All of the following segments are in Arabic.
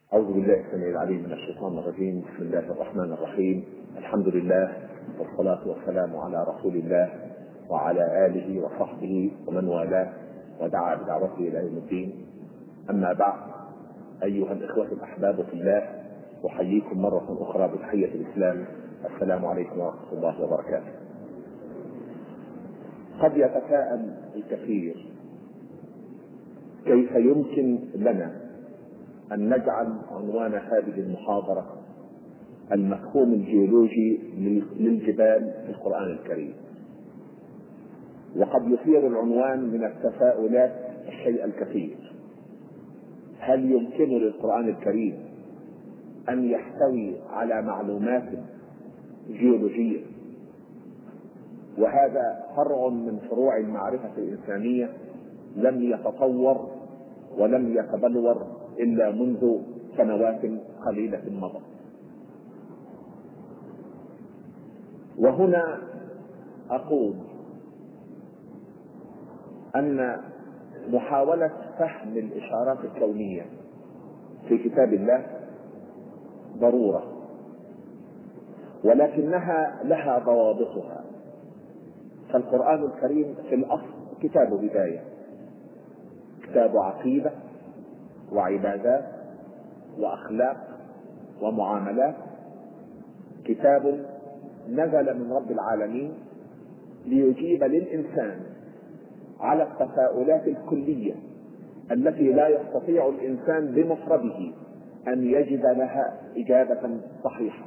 أعوذ بالله السميع العليم من الشيطان الرجيم. بسم الله الرحمن الرحيم. الحمد لله والصلاة والسلام على رسول الله وعلى آله وصحبه ومن والاه ودعا بدعوته إلى يوم الدين. أما بعد، أيها الإخوة الأحباب في الله، أحييكم مرة أخرى بتحية الإسلام. السلام عليكم ورحمة الله وبركاته. قد يتساءل الكثير كيف يمكن لنا أن نجعل عنوان هذه المحاضرة المفهوم الجيولوجي للجبال في القرآن الكريم، وقد يثير العنوان من التساؤلات الشيء الكثير. هل يمكن للقرآن الكريم أن يحتوي على معلومات جيولوجية؟ وهذا فرع من فروع المعرفة الإنسانية لم يتطور ولم يتبلور إلا منذ سنوات قليلة مضت. وهنا أقول أن محاولة فهم الإشارات الكونية في كتاب الله ضرورة، ولكنها لها ضوابطها. فالقرآن الكريم في الأصل كتاب بداية، كتاب عقيدة وعبادات وأخلاق ومعاملات، كتاب نزل من رب العالمين ليجيب للإنسان على التساؤلات الكلية التي لا يستطيع الإنسان بمفرده أن يجد لها إجابة صحيحة.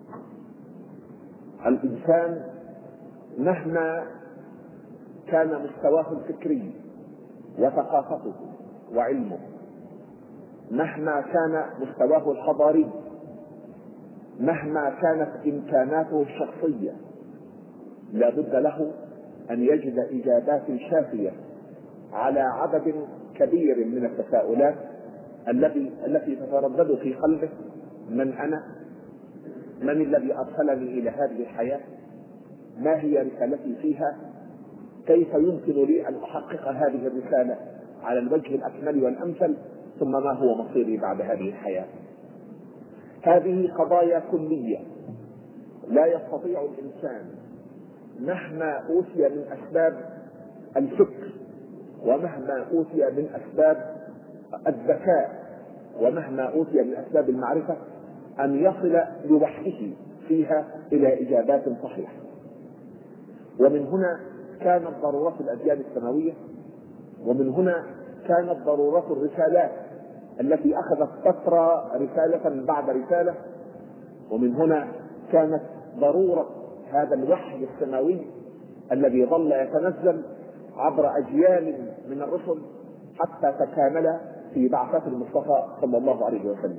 الإنسان مهما كان مستواه الفكري وثقافته وعلمه، مهما كان مستواه الحضاري، مهما كانت إمكاناته الشخصية، لا بد له أن يجد إجابات شافية على عدد كبير من التساؤلات التي تتردد في قلبه: من أنا؟ من الذي أرسلني إلى هذه الحياة؟ ما هي رسالتي فيها؟ كيف يمكن لي أن أحقق هذه الرسالة على الوجه الأكمل والأمثل؟ ثم ما هو مصيري بعد هذه الحياة؟ هذه قضايا كلية لا يستطيع الإنسان مهما أوتي من أسباب الفكر، ومهما أوتي من أسباب الذكاء، ومهما أوتي من أسباب المعرفة أن يصل لوحده فيها إلى إجابات صحيحة. ومن هنا كانت ضرورة الأديان السماوية، ومن هنا كانت ضرورة الرسالات التي أخذت تترى رسالة بعد رسالة، ومن هنا كانت ضرورة هذا الوحي السماوي الذي ظل يتنزل عبر أجيال من الرسل حتى تكامل في بعثة المصطفى صلى الله عليه وسلم.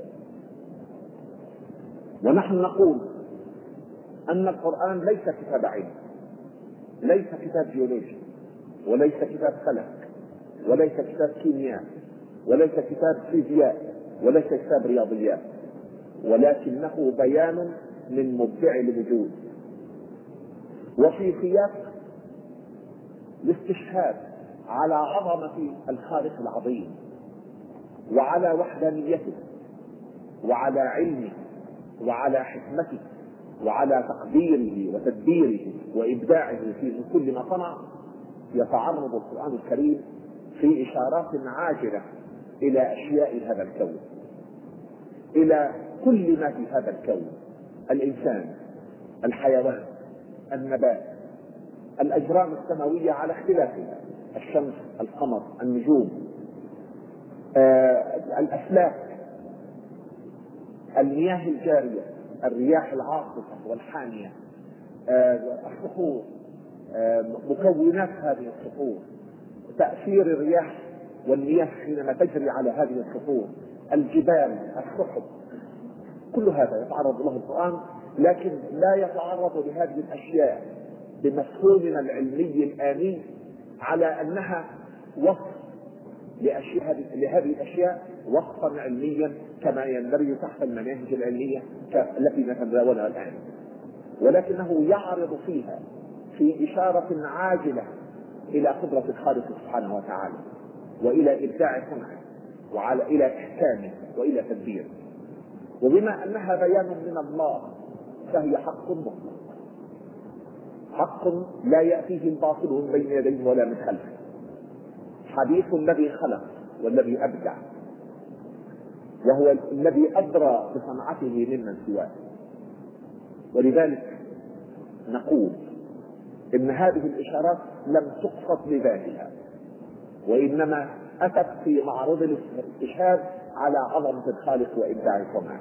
ونحن نقول أن القرآن ليس كتاب علم، ليس كتاب جيولوجي، وليس كتاب فلك، وليس كتاب كيمياء، وليس كتاب فيزياء، وليس كتاب رياضيات، ولكنه بيان من مبدع الوجود. وفي سياق الاستشهاد على عظمة الخالق العظيم وعلى وحدانيته وعلى علمه وعلى حكمته وعلى تقديره وتدبيره وإبداعه في كل ما صنع، يتعرض القرآن الكريم في إشارات عاجلة إلى أشياء هذا الكون، إلى كل ما في هذا الكون: الإنسان، الحيوان، النبات، الأجرام السماوية على اختلافها، الشمس، القمر، النجوم، الأفلاك، المياه الجارية، الرياح العاصفة والحامية، الصخور، مكونات هذه الصخور، تأثير الرياح والمياه حينما تجري على هذه الصخور، الجبال، السحب، كل هذا يتعرض له القرآن، لكن لا يتعرض لهذه الأشياء بمفهومنا العلمي الآني على أنها وصف لهذه الأشياء وصفا علميا كما يندرج تحت المناهج العلمية التي نتداولها الآن، ولكنه يعرض فيها في إشارة عاجلة إلى قدرة الخالق سبحانه وتعالى، وإلى إبداع صنعه، وإلى إحكامه، وإلى تدبيره. وبما أنها بيان من الله فهي حق مطلق، حق لا يأتيه الباطل من بين يديه ولا من خلفه، حديث الذي خلق والذي أبدع، وهو الذي أدرى بصنعته ممن سواه. ولذلك نقول إن هذه الإشارات لم تقصد لذاتها، وإنما أتت في معرض الاستشهاد على عظمة الخالق وإبداع الصنع.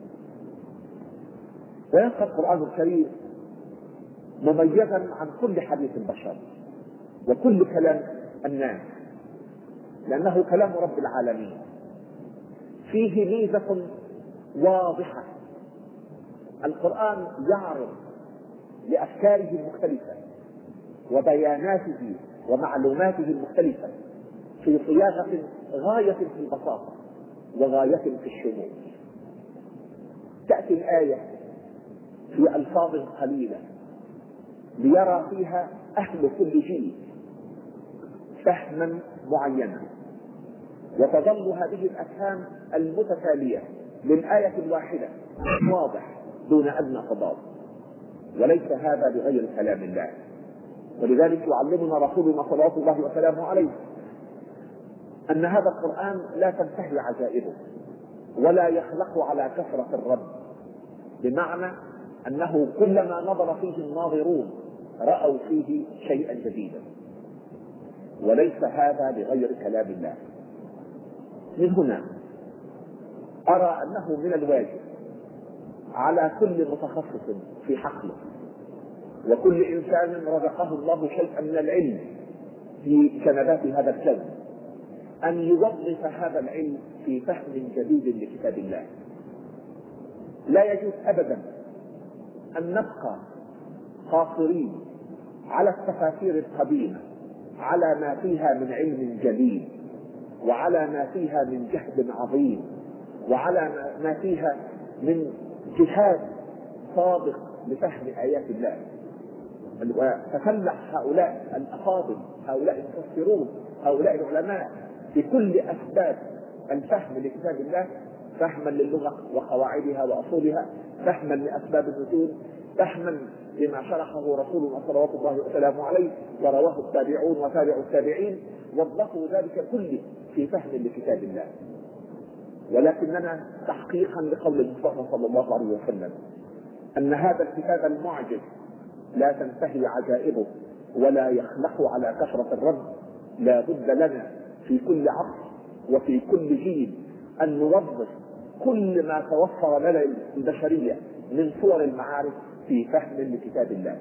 ويبقى القرآن الكريم مميزا عن كل حديث البشر وكل كلام الناس، لأنه كلام رب العالمين، فيه ميزة واضحة. القرآن يعرض لأفكاره المختلفة وبياناته ومعلوماته المختلفة في صياغة غاية في البساطة وغاية في الشمول. تأتي الآية في ألفاظ قليلة ليرى فيها أهل كل جيل فهما معينا، وتظل هذه الأفهام المتتالية للآية الواحدة واضح دون أدنى تضاد، وليس هذا بغير كلام الله. ولذلك يعلمنا رسولنا صلوات الله وسلامه عليه أن هذا القرآن لا تنتهي عجائبه ولا يخلق على كثرة الرد، بمعنى أنه كلما نظر فيه الناظرون رأوا فيه شيئا جديدا، وليس هذا بغير كلام الله. من هنا أرى أنه من الواجب على كل متخصص في حقله وكل إنسان رزقه الله شيئا من العلم في جنبات هذا الكون أن يوظف هذا العلم في فهم جديد لكتاب الله. لا يجوز أبدا أن نبقى قاصرين على التفاسير القديمة، على ما فيها من علم جليل، وعلى ما فيها من جهد عظيم، وعلى ما فيها من جهاد صادق لفهم آيات الله. وتفلح هؤلاء الأفاضل، هؤلاء المفسرون، هؤلاء العلماء بكل أسباب الفهم لكتاب الله، فهما للغة وقواعدها وأصولها، فهما لأسباب النزول، فهما لما شرحه رسولنا صلوات الله وسلامه عليه ورواه التابعون وتابع التابعين، وضفوا ذلك كله في فهم لكتاب الله. ولكننا تحقيقا لقول المصطفى صلى الله عليه وسلم أن هذا الكتاب المعجز لا تنتهي عجائبه ولا يخلق على كثرة الرد، لا بد لنا في كل عصر وفي كل جيل أن نوظف كل ما توفر لنا البشرية من صور المعارف في فهم لكتاب الله.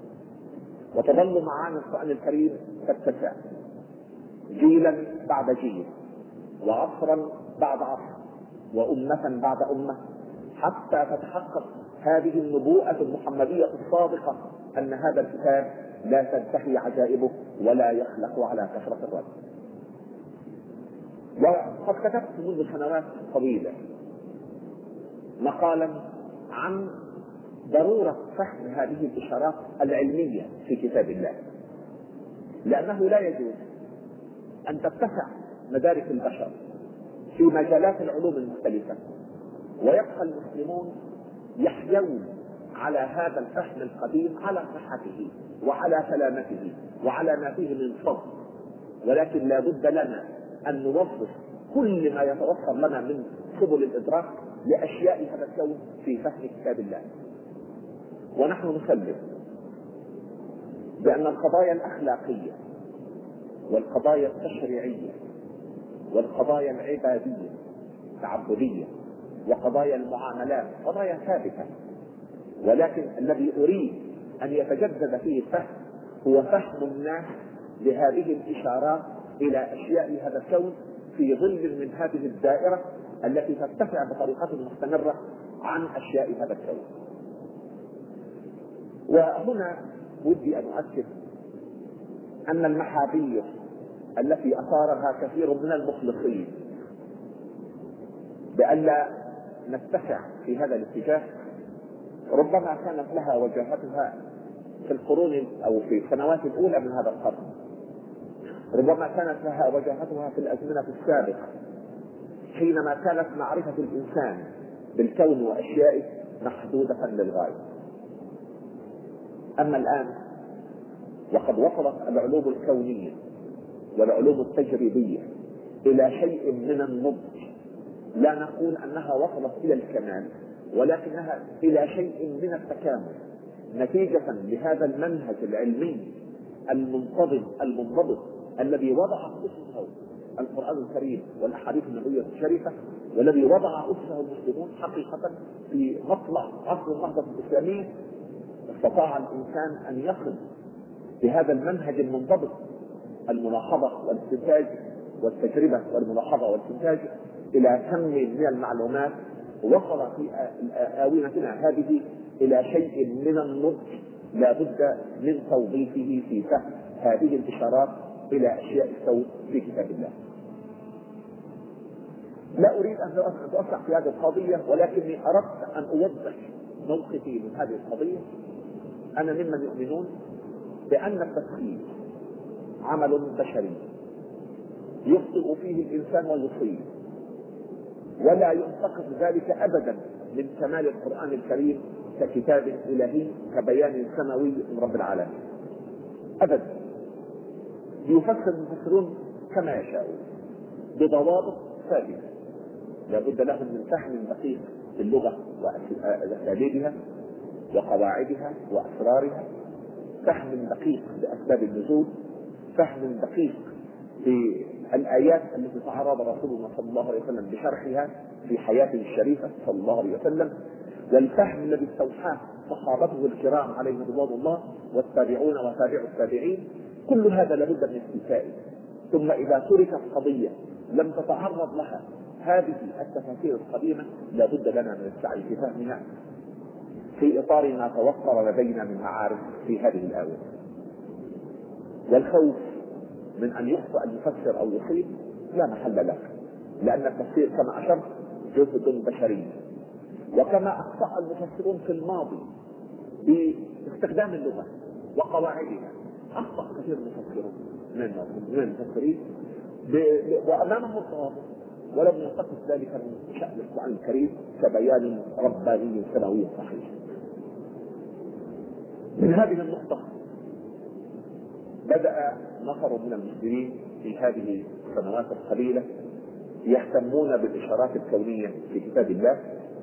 وتظل معاني القرآن الكريم تتسع جيلا بعد جيل، وعصرا بعد عصر، وأمة بعد أمة، حتى تتحقق هذه النبوءة المحمدية الصادقة أن هذا الكتاب لا تنتهي عجائبه ولا يخلق على كثرة الرد. وقد كتبت منذ سنوات طويلة مقالا عن ضرورة فهم هذه الإشارات العلمية في كتاب الله، لأنه لا يجوز أن تتسع مدارك البشر في مجالات العلوم المختلفة ويبقى المسلمون يحيون على هذا الفهم القديم على صحته وعلى سلامته وعلى ما فيه من فضل، ولكن لا بد لنا أن نوظف كل ما يتوفر لنا من سبل الإدراك لأشياء هذا الكون في فهم كتاب الله. ونحن نسلم بأن القضايا الأخلاقية والقضايا التشريعية والقضايا العبادية التعبدية وقضايا المعاملات قضايا ثابتة، ولكن الذي أريد أن يتجدد فيه الفهم هو فهم الناس لهذه الإشارات إلى أشياء هذا الكون في ظل من هذه الدائرة التي ترتفع بطريقة مستمرة عن أشياء هذا الكون. وهنا ودي أن أؤكد أن المحاذير التي أثارها كثير من المخلصين بألا نتسع في هذا الاتجاه ربما كانت لها وجهتها في القرون أو في السنوات الأولى من هذا القرن، ربما كانت لها وجهتها في الأزمنة السابقة حينما كانت معرفة الإنسان بالكون وأشيائه محدودة للغاية. أما الآن وقد وصلت العلوم الكونية والعلوم التجريبية إلى شيء من النضج، لا نقول أنها وصلت إلى الكمال، ولكنها إلى شيء من التكامل نتيجة لهذا المنهج العلمي المنضبط الذي وضع أسسه القرآن الكريم والأحاديث النبوية الشريفة، والذي وضع أسسه المسلمون حقيقة في مطلع عصر النهضة الإسلامية. استطاع الإنسان أن يصل بهذا المنهج المنضبط، الملاحظة والاستنتاج والتجربة والملاحظة والاستنتاج، إلى كم من المعلومات. وصل في آونتنا هذه إلى شيء من النضج لا بد من توظيفه في فهم هذه الإشارات إلى أشياء السوء في كتاب الله. لا أريد أن أتوسع في هذه القضية، ولكني أردت أن أوضح موقفي من هذه القضية. أنا ممن يؤمنون بأن التسخير عمل بشري يخطئ فيه الإنسان ويصيب، ولا ينتقص ذلك أبدا من كمال القرآن الكريم ككتاب إلهي كبيان سماوي من رب العالمين أبدا. يفسر المفسرون كما يشاءون بضوابط ثابتة، لا بد لهم من فهم دقيق في اللغة وأساليبها وقواعدها وأسرارها، فهم دقيق لأسباب النزول، فهم دقيق في الآيات التي تعرض رسولنا صلى الله عليه وسلم بشرحها في حياته الشريفة صلى الله عليه وسلم، والفهم الذي استوحاه صحابته الكرام عليهم رضوان الله والتابعون وتابعوا التابعين. كل هذا لابد من استيفائه. ثم إذا تركت قضية لم تتعرض لها هذه التفاسير القديمة، لابد لنا من السعي في فهمها في إطار ما توفر لدينا من معارف في هذه الآية. والخوف من أن يخطئ المفسر أو يصيب لا محل له، لأن التفسير كما أشرت جزء بشري، وكما أخطأ المفسرون في الماضي باستخدام اللغة وقواعدها، أخطأ كثير من المفسرين وأمامهم الصواب، ولم ينتقص ذلك من شأن القرآن الكريم كبيان رباني سماوي صحيح. من هذه النقطة بدأ نفر من المسلمين في هذه السنوات القليلة يهتمون بالإشارات الكونية في كتاب الله،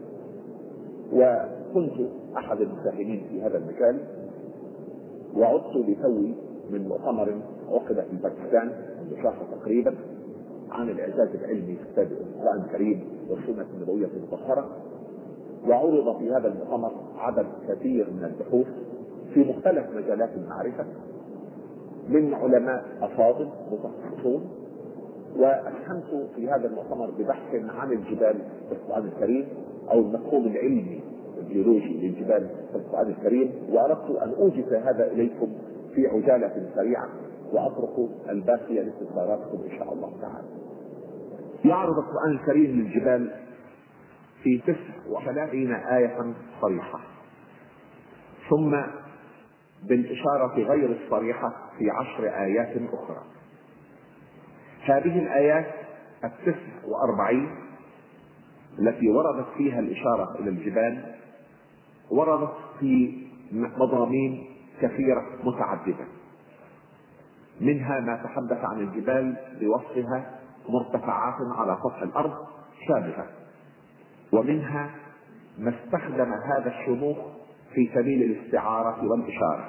وكنت أحد المساهمين في هذا المجال. وعدت لتوي من مؤتمر عقد في باكستان منذ شهر تقريبا عن الإعجاز العلمي في كتاب القرآن الكريم والسنة النبوية المطهرة، وعرض في هذا المؤتمر عدد كثير من البحوث في مختلف مجالات المعرفة من علماء أفاضل متخصصون. وأسهمت في هذا المؤتمر ببحث عن الجبال في القرآن الكريم أو المفهوم العلمي الجيولوجي للجبال في القرآن الكريم، وأردت أن أوجز هذا إليكم في عجالة سريعة وأترك الباقي لاستفساراتكم إن شاء الله تعالى. يعرض القرآن الكريم للجبال في 39 آية صريحة، ثم بالإشارة غير الصريحة في 10 آيات أخرى. هذه الآيات 49 التي وردت فيها الإشارة إلى الجبال وردت في مضامين كثيرة متعددة، منها ما تحدث عن الجبال بوصفها مرتفعات على سطح الأرض شامخة، ومنها ما استخدم هذا الشموخ في سبيل الاستعارة والإشارة،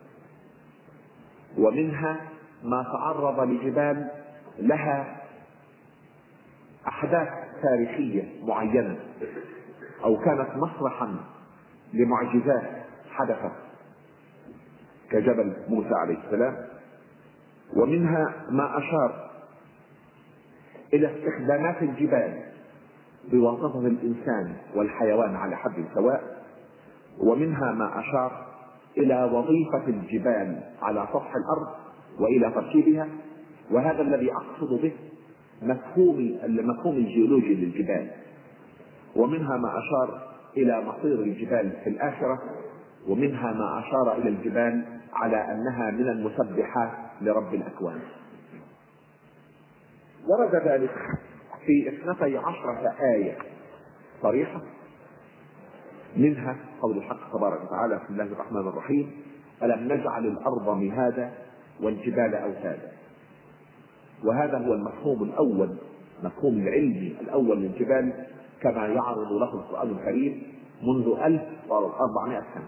ومنها ما تعرض لجبال لها أحداث تاريخية معينة أو كانت مسرحا لمعجزات حدثت كجبل موسى عليه السلام، ومنها ما أشار إلى استخدامات الجبال بواسطة الإنسان والحيوان على حد سواء، ومنها ما أشار إلى وظيفة الجبال على سطح الأرض وإلى تركيبها، وهذا الذي أقصد به مفهوم الجيولوجي للجبال. ومنها ما أشار إلى مصير الجبال في الآخرة، ومنها ما أشار إلى الجبال على أنها من المسبحات لرب الأكوان. ورد ذلك في 12 آية صريحة منها قول الحق تبارك وتعالى: بسم الله الرحمن الرحيم: ألم نجعل الأرض مهادا والجبال أوتادا. وهذا هو المفهوم الأول، مفهوم العلمي الأول للجبال كما يعرض له القرآن الكريم منذ 1400 سنة.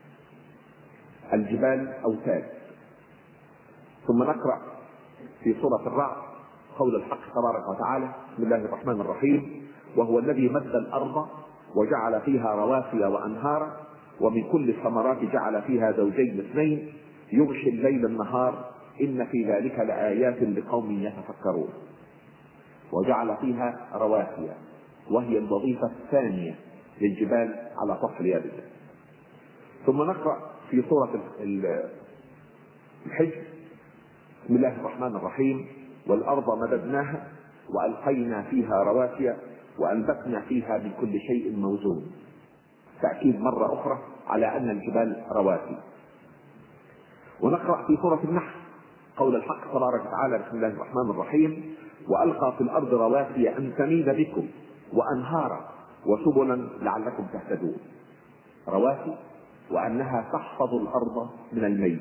الجبال أوتاد. ثم نقرأ في سورة الرعد قول الحق تبارك وتعالى: بسم الله الرحمن الرحيم: وهو الذي مد الأرض وجعل فيها رواسي وأنهارا ومن كل الثمرات جعل فيها زوجين اثنين يغشي الليل النهار إن في ذلك لآيات لقوم يتفكرون. وجعل فيها رواسي، وهي الوظيفة الثانية للجبال على سطح اليابسة. ثم نقرأ في سورة الحجر: بسم الله الرحمن الرحيم: والأرض مددناها وألقينا فيها رواسي وأنبتنا فيها من كل شيء موزون. تأكيد مرة أخرى على أن الجبال رواسي. ونقرأ في سورة النحل قول الحق تبارك وتعالى: بسم الله الرحمن الرحيم: وألقى في الأرض رواسي أن تميد بكم وأنهارا وسبلا لعلكم تهتدون. رواسي، وأنها تحفظ الأرض من الميت.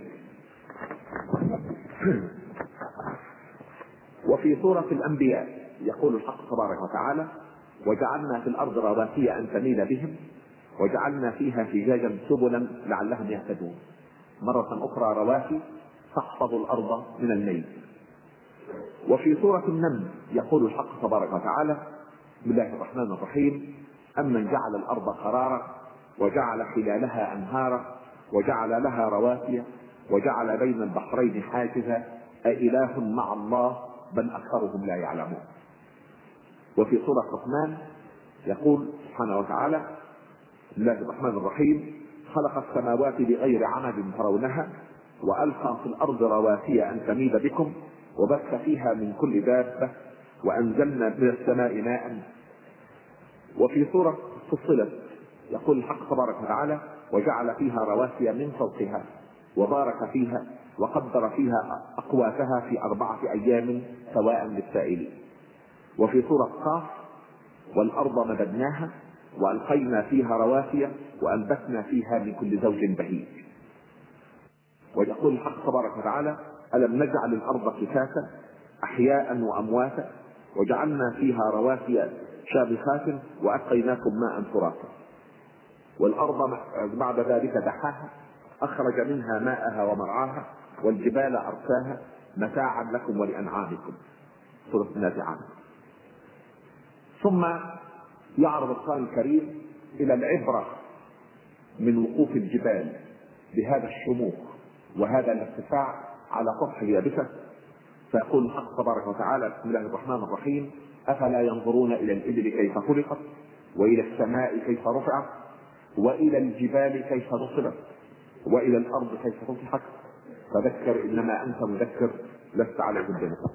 وفي سورة الأنبياء يقول الحق تبارك وتعالى: وجعلنا في الأرض رواسي أن تميد بهم وجعلنا فيها فجاجا سبلا لعلهم يهتدون. مرة أخرى رواسي تحفظ الأرض من الميت. وفي سورة النمل يقول الحق تبارك وتعالى: بسم الله الرحمن الرحيم: أمن جعل الأرض قرارا وجعل خلالها أنهارا وجعل لها رواسي وجعل بين البحرين حاجزا أإله مع الله بل أكثرهم لا يعلمون. وفي سورة الرحمن يقول سبحانه وتعالى: بسم الله الرحمن الرحيم: خلق السماوات بغير عمد ترونها وألقى في الأرض رواسي أن تميد بكم وبث فيها من كل دابة وأنزلنا من السماء ماء. وفي سورة فصلت يقول الحق تبارك وتعالى: وجعل فيها رواسي من فوقها وبارك فيها وقدر فيها أقواتها في 4 أيام سواء للسائلين. وفي سورة قاف: والأرض مددناها وألقينا فيها رواسي وأنبتنا فيها من كل زوج بهيج. ويقول الحق تبارك وتعالى: ألم نجعل الأرض كفاتا أحياء وأمواتا وجعلنا فيها رواسي شامخات وأسقيناكم ماء فراتا. والأرض بعد ذلك دحاها أخرج منها ماءها ومرعاها والجبال أرساها متاعا لكم ولأنعامكم. سورة النازعات. ثم يعرض القرآن الكريم إلى العبرة من وقوف الجبال بهذا الشموخ وهذا الارتفاع على سطح اليابسة. فيقول الحق تبارك وتعالى: بسم الله الرحمن الرحيم: أفلا ينظرون إلى الإبل كيف خلقت وإلى السماء كيف رفعت وإلى الجبال كيف نصبت وإلى الأرض كيف سطحت فذكر إنما أنت مذكر لست عليهم بمسيطر.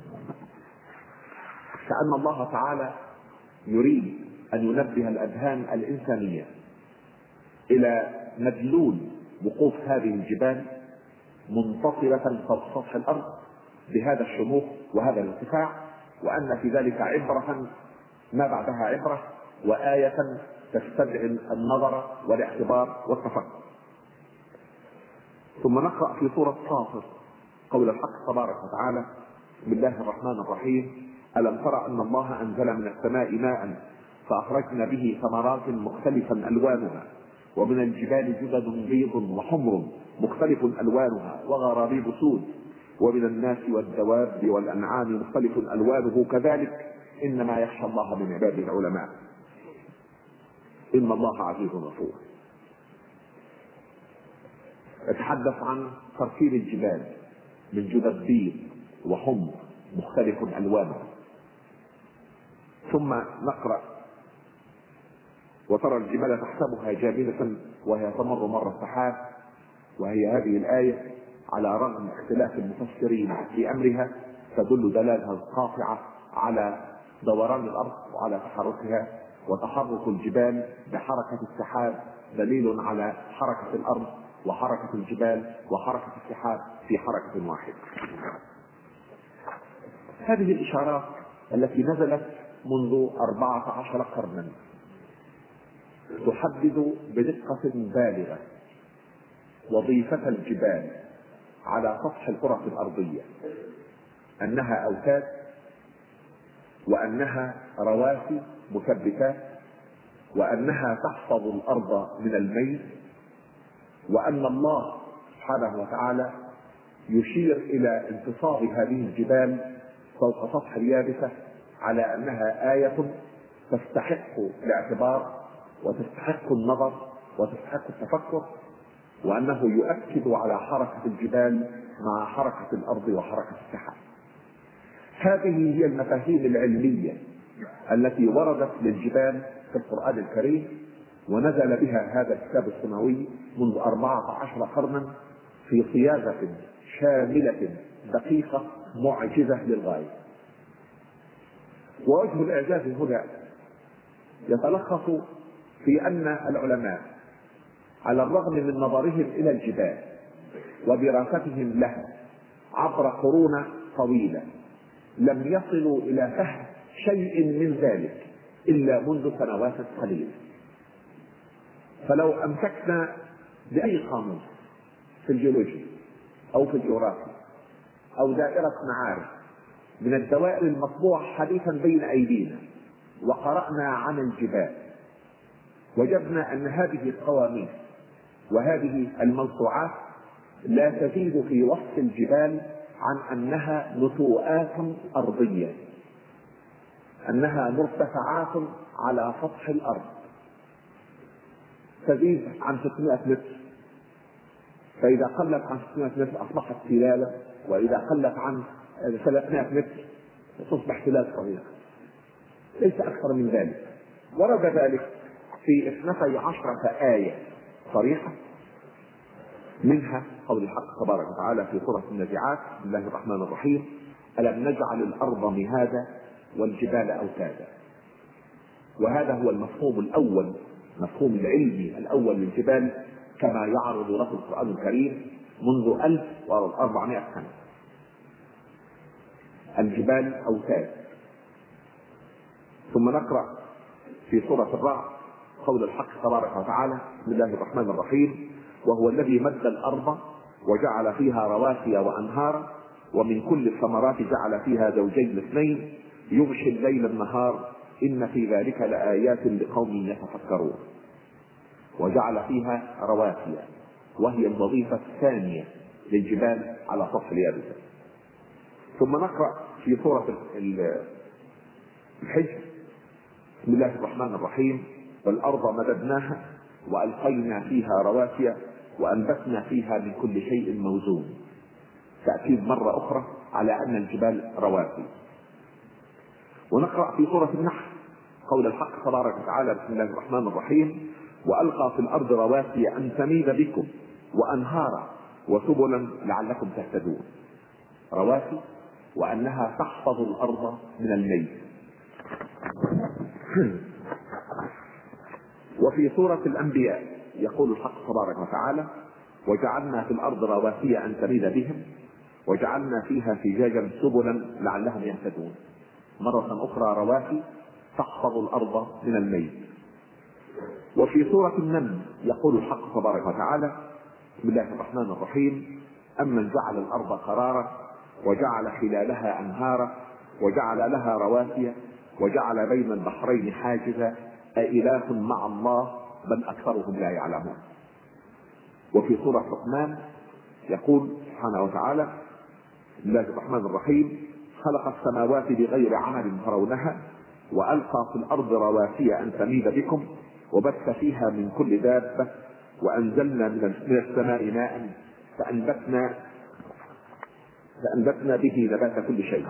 كأن الله تعالى يريد أن ينبه الأذهان الإنسانية إلى مدلول وقوف هذه الجبال منتصبة فوق سطح الأرض بهذا الشموخ وهذا الارتفاع، وأن في ذلك عبرة ما بعدها عبرة وآية تستدعي النظر والاعتبار والتفكر. ثم نقرأ في سورة صافر قول الحق تبارك وتعالى: بسم الله الرحمن الرحيم: ألم تر أن الله أنزل من السماء ماء فأخرجنا به ثمرات مختلفا ألوانها ومن الجبال جدد بيض وحمر مختلف ألوانها وغرابيب سود ومن الناس والدواب والأنعام مختلف ألوانه كذلك إنما يخشى الله من عباده العلماء إن الله عزيز غفور. يتحدث عن تركيب الجبال من جدد بيض وحمر مختلف ألوانه. ثم نقرأ: وترى الجبال تحسبها جامدة وهي تمر مر السحاب. وهي هذه الآية على رغم اختلاف المفسرين في أمرها تدل دلالة قاطعة على دوران الأرض وعلى تحركها، وتحرك الجبال بحركة السحاب دليل على حركة الأرض وحركة الجبال وحركة السحاب في حركة واحدة. هذه الإشارات التي نزلت منذ 14 قرنا تحدد بدقة بالغة وظيفة الجبال على سطح الكرة الأرضية، أنها أوتاد، وأنها رواسي مثبتات، وأنها تحفظ الأرض من الميل، وأن الله سبحانه وتعالى يشير إلى انتصاب هذه الجبال فوق سطح اليابسة على أنها آية تستحق الاعتبار وتستحق النظر وتستحق التفكر، وأنه يؤكد على حركة الجبال مع حركة الأرض وحركة السحاب. هذه هي المفاهيم العلمية التي وردت للجبال في القرآن الكريم، ونزل بها هذا الكتاب السماوي منذ 14 قرنا في صياغة شاملة دقيقة معجزة للغاية. ووجه الإعجاز هنا يتلخص في أن العلماء على الرغم من نظرهم إلى الجبال ودراستهم لها عبر قرون طويلة لم يصلوا إلى فهم شيء من ذلك إلا منذ سنوات قليلة. فلو أمسكنا بأي قانون في الجيولوجيا أو في الجغرافيا أو دائرة معارف من الدوائر المطبوعة حديثا بين أيدينا وقرأنا عن الجبال، وجدنا أن هذه القوانين وهذه الموسوعات لا تزيد في وصف الجبال عن أنها نتوءات أرضية، أنها مرتفعات على سطح الأرض تزيد عن 600 متر، فإذا قلت عن 600 متر أصبحت تلالة، وإذا قلت عن 300 متر تصبح تلال صغيرة، ليس أكثر من ذلك. ورد ذلك في 12 آية صريحة، منها قول الحق تبارك وتعالى في سورة النازعات: بسم الله الرحمن الرحيم: ألم نجعل الأرض مهادا والجبال أوتادا. وهذا هو المفهوم الأول، مفهوم العلمي الأول للجبال كما يعرض له القرآن الكريم منذ 1400 سنة. الجبال أوتاد. ثم نقرأ في سورة الرعد قول الحق تبارك وتعالى: بسم الله الرحمن الرحيم: وهو الذي مد الأرض وجعل فيها رواسي وأنهارا ومن كل الثمرات جعل فيها زوجين اثنين يغشي الليل النهار إن في ذلك لآيات لقوم يتفكرون. وجعل فيها رواسي، وهي الوظيفة الثانية للجبال على سطح اليابسة. ثم نقرأ في سورة الحجر: بسم الله الرحمن الرحيم: والأرض مددناها وألقينا فيها رواسي وأنبتنا فيها من كل شيء موزون. تأكيد مرة أخرى على أن الجبال رواسي. ونقرأ في سورة النحل قول الحق تبارك وتعالى: بسم الله الرحمن الرحيم: وألقى في الأرض رواسي أن تميد بكم وأنهارا وسبلا لعلكم تهتدون. رواسي، وأنها تحفظ الأرض من الميت. وفي سورة الأنبياء يقول الحق تبارك وتعالى: وجعلنا في الأرض رواسي أن تميد بهم وجعلنا فيها فجاجا سبلا لعلهم يهتدون. مرة أخرى رواسي تحفظ الأرض من الميت. وفي سورة النمل يقول الحق تبارك وتعالى: بسم الله الرحمن الرحيم: أمن جعل الأرض قرارا وجعل خلالها أنهارا وجعل لها رواسي وجعل بين البحرين حاجزا أإله مع الله بل أكثرهم لا يعلمون. وفي سورة لقمان يقول سبحانه وتعالى: بسم الله الرحمن الرحيم: خلق السماوات بغير عمل ترونها وألقى في الأرض رواسي أن تميد بكم وبث فيها من كل دابة وأنزلنا من السماء ماء فأنبتنا به نبات كل شيء.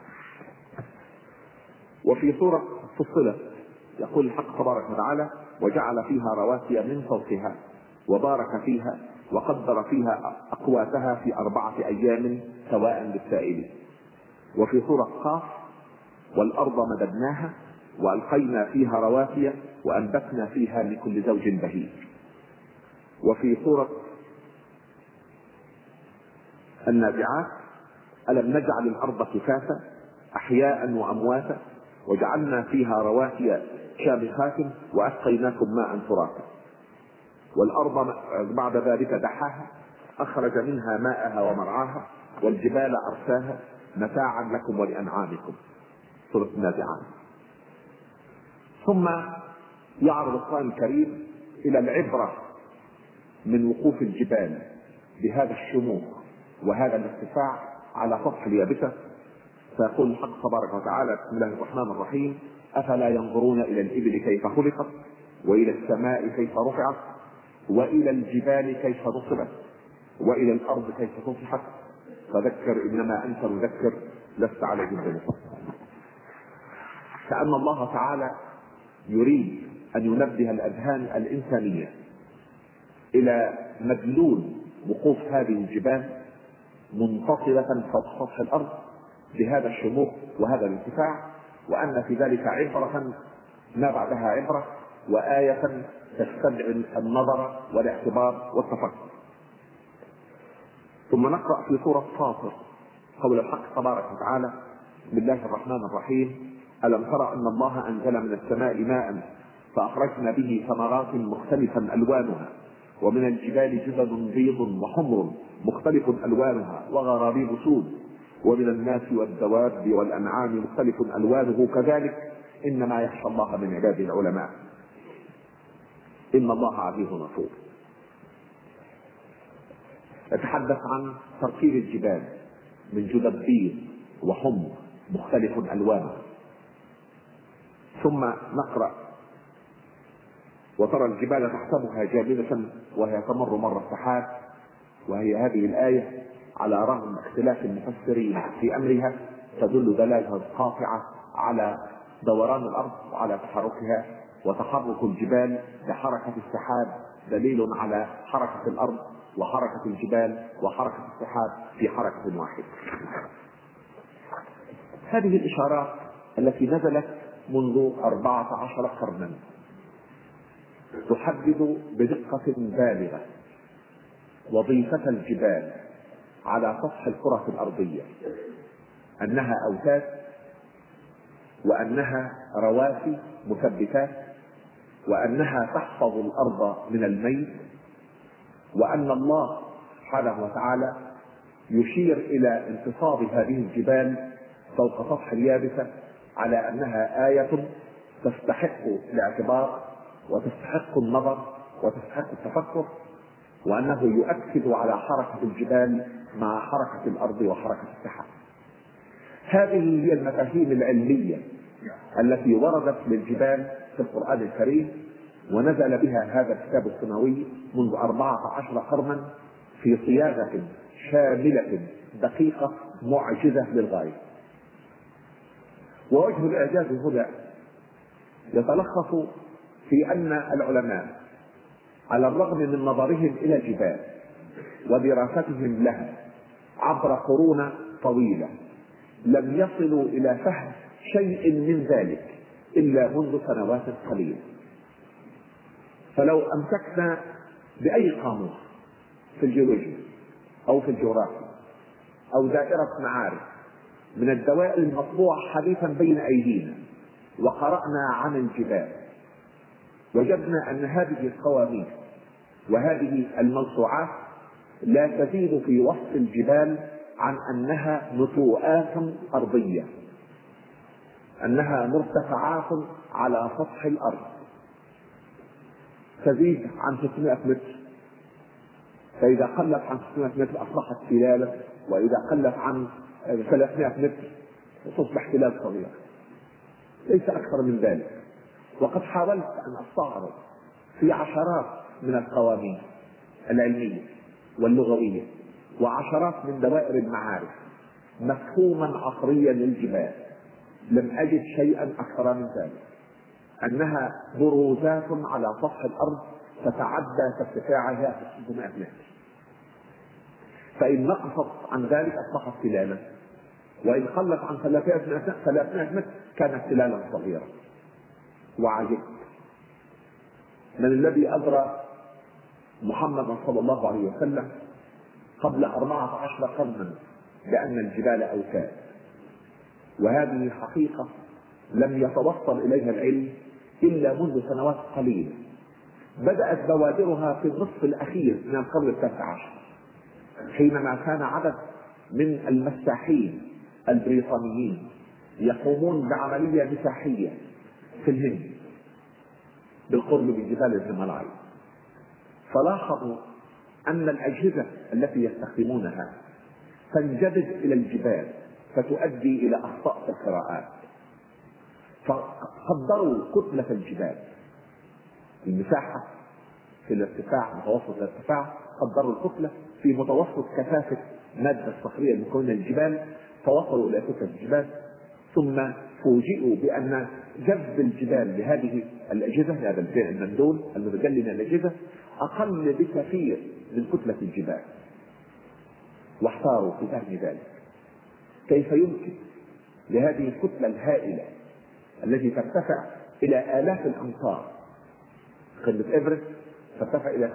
وفي سورة فصلت يقول الحق تبارك وتعالى: وجعل فيها رواسي من فوقها وبارك فيها وقدر فيها أقواتها في 4 أيام سواء للسائلين. وفي سورة قاف: والأرض مددناها وألقينا فيها رواسي وأنبتنا فيها من كل زوج بهيج. وفي سورة النازعات: ألم نجعل الأرض كفافا أحياء وأمواتا وجعلنا فيها رواسي شامخات وأسقيناكم ماء فراتا. والأرض بعد ذلك دحاها أخرج منها ماءها ومرعاها، والجبال أرساها متاعا لكم ولأنعامكم. سورة النازعات. ثم يعرض القرآن الكريم إلى العبرة من وقوف الجبال بهذا الشموخ وهذا الارتفاع على سطح اليابسة، فيقول الحق تبارك وتعالى: بسم الله الرحمن الرحيم: أفلا ينظرون إلى الإبل كيف خلقت، وإلى السماء كيف رفعت، وإلى الجبال كيف نصبت، وإلى الأرض كيف سطحت، فذكر إنما أنت مذكر لست عليهم بمسيطر. كأن الله تعالى يريد أن ينبه الأذهان الإنسانية إلى مدلول وقوف هذه الجبال منفصلة فوق سطح الأرض بهذا الشموخ وهذا الارتفاع، وأن في ذلك عبرة ما بعدها عبرة، وآية تستدعي النظر والاعتبار والتفكر. ثم نقرأ في سورة فاطر قول الحق تبارك وتعالى: بسم الله الرحمن الرحيم: ألم تر أن الله أنزل من السماء ماء فأخرجنا به ثمرات مختلفا ألوانها، ومن الجبال جدد بيض وحمر مختلف ألوانها وغرابيب سود، ومن الناس والدواب والأنعام مختلف ألوانه كذلك، إنما يخشى الله من عباده العلماء، إن الله عزيز غفور. يتحدث عن تركيب الجبال من جدد بيض وحمر مختلف ألوانه. ثم نقرأ: وترى الجبال تحسبها جامدة وهي تمر مر السحاب. وهي هذه الآية على رغم اختلاف المفسرين في أمرها تدل دلالة قاطعة على دوران الأرض وعلى تحركها، وتحرك الجبال بحركة السحاب دليل على حركة الأرض وحركة الجبال وحركة السحاب في حركة واحدة. هذه الإشارات التي نزلت منذ 14 قرنا تحدد بدقة بالغة وظيفة الجبال على سطح الكرة الأرضية، أنها أوتاد، وأنها رواسي مثبتات، وأنها تحفظ الأرض من الميل، وأن الله سبحانه وتعالى يشير إلى انتصاب هذه الجبال فوق سطح اليابسة على أنها آية تستحق الاعتبار وتستحق النظر وتستحق التفكر، وأنه يؤكد على حركة الجبال مع حركة الأرض وحركة السحاب. هذه هي المفاهيم العلمية التي وردت للجبال في القرآن الكريم، ونزل بها هذا الكتاب السماوي منذ 14 قرنا في صياغة شاملة دقيقة معجزة للغاية. ووجه الإعجاز هنا يتلخص في أن العلماء على الرغم من نظرهم إلى الجبال ودراستهم لها عبر قرون طويلة لم يصلوا إلى فهم شيء من ذلك إلا منذ سنوات قليلة. فلو أمسكنا بأي قاموس في الجيولوجيا أو في الجغرافيا أو دائرة معارف من الدوائر المطبوعة حديثا بين أيدينا وقرأنا عن الجبال، وجدنا أن هذه القوانين وهذه الموسوعات لا تزيد في وصف الجبال عن أنها نتوءات أرضية، أنها مرتفعات على سطح الأرض تزيد عن 600 متر، فإذا قلت عن 600 متر أصبحت تلالة، وإذا قلت عن 300 متر تصبح تلال صغيرة، ليس أكثر من ذلك. وقد حاولت أن أستعرض في عشرات من القوانين العلمية واللغوية وعشرات من دوائر المعارف مفهوما عصريا للجبال، لم أجد شيئا أكثر من ذلك، أنها بروزات على سطح الأرض تتعدى ارتفاعها 600 متر، فإن نقصت عن ذلك أصبحت تلالا، وإن قلت عن 300 متر كانت تلالا صغيرة. وعجبت من الذي أدرى محمد صلى الله عليه وسلم قبل 14 قرنا بأن الجبال أوتاد، وهذه حقيقة لم يتوصل إليها العلم إلا منذ سنوات قليلة، بدأت بوادرها في النصف الأخير من القرن التاسع عشر، حينما كان عدد من المساحين البريطانيين يقومون بعملية مساحية في الهند بالقرب من جبال الهيمالايا، فلاحظوا أن الأجهزة التي يستخدمونها تنجذب إلى الجبال فتؤدي إلى أخطاء في القراءات، فقدروا كتلة الجبال، المساحة في الارتفاع متوسط الارتفاع، قدروا الكتلة في متوسط كثافة مادة الصخرية المكونة للجبال، فوصلوا إلى كتلة الجبال، ثم فوجئوا بأن جذب الجبال لهذه الأجهزة، هذا المندول المتجلي من الأجهزة، أقل بكثير من كتلة الجبال، واحتاروا في فهم ذلك. كيف يمكن لهذه الكتلة الهائلة التي ترتفع إلى آلاف الأمتار، قمة إيفرست ترتفع إلى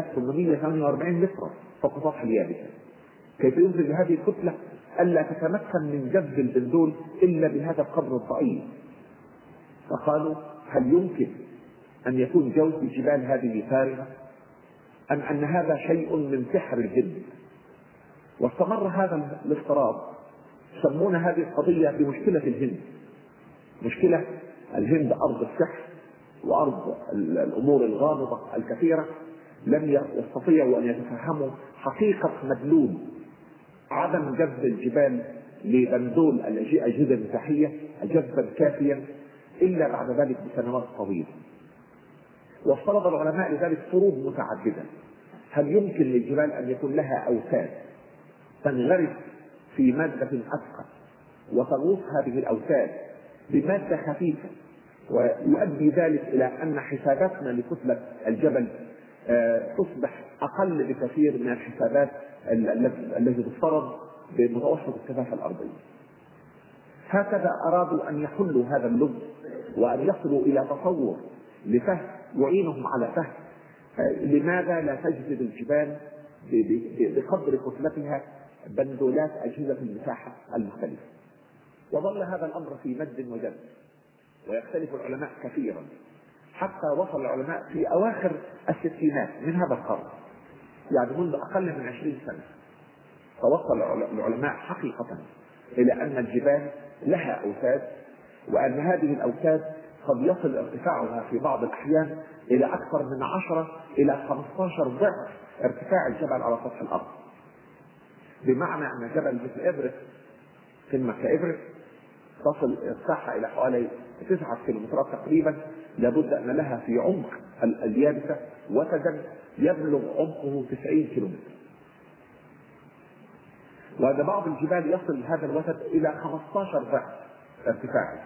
3848 مترا فوق سطح اليابسة، كيف يمكن لهذه الكتلة ألا تتمكن من جذب البندول إلا بهذا القدر الضئيل؟ فقالوا هل يمكن أن يكون جوف الجبال هذه فارغة، أم أن هذا شيء من سحر الهند؟ واستمر هذا الافتراض. يسمون هذه القضية بمشكلة الهند. مشكلة الهند أرض السحر وأرض الأمور الغامضة الكثيرة، لم يستطيعوا أن يتفهموا حقيقة مدلول عدم جذب الجبال لبندول الأجهزة المساحية جذبا كافيا إلا بعد ذلك بسنوات طويلة. وافترض العلماء لذلك فروض متعددة. هل يمكن للجبال أن يكون لها أوتاد تنغرس في مادة أثقل وتغوص هذه الأوتاد بمادة خفيفة، ويؤدي ذلك إلى أن حساباتنا لكتلة الجبل تصبح أقل بكثير من الحسابات التي تفترض بمتوسط الكثافة الأرضية؟ هكذا أرادوا أن يحلوا هذا اللغز وأن يصلوا إلى تصور لفهم يعينهم على فهم لماذا لا تجذب الجبال بقدر كتلتها بندولات أجهزة المساحة المختلفة. وظل هذا الأمر في مد وجد، ويختلف العلماء كثيرا، حتى وصل العلماء في أواخر الستينات من هذا القرن، يعني منذ أقل من 20 سنة، فوصل العلماء حقيقة إلى أن الجبال لها أوتاد، وأن هذه الأوتاد قد يصل ارتفاعها في بعض الأحيان إلى أكثر من 10 إلى 15 ضعف ارتفاع الجبل على سطح الأرض. بمعنى أن جبل مثل إيفرست، قمة كإيفرست، تصل ارتفاعها إلى حوالي 9 كيلومترات تقريبا، لابد أن لها في عمق اليابسة وتدا يبلغ عمقه 90 كيلومتر، وهذا بعض الجبال يصل هذا الوتد إلى 15 ضعف ارتفاعه.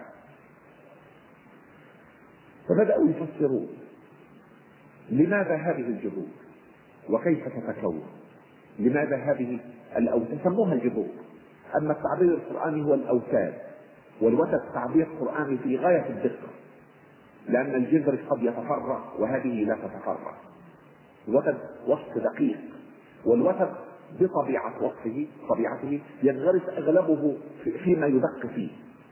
فبدأوا يفسرون لماذا هذه الجذور وكيف تتكون، لماذا هذه الأوتاد، سموها الجذور، أما التعبير القرآني هو الأوتاد، والوتد تعبير قرآني في غاية الدقة، لأن الجذر قد يتفرع وهذه لا تتفرع. الوتد وصف دقيق، والوتد بطبيعة وصفه طبيعته ينغرس أغلبه فيما يدق فيه،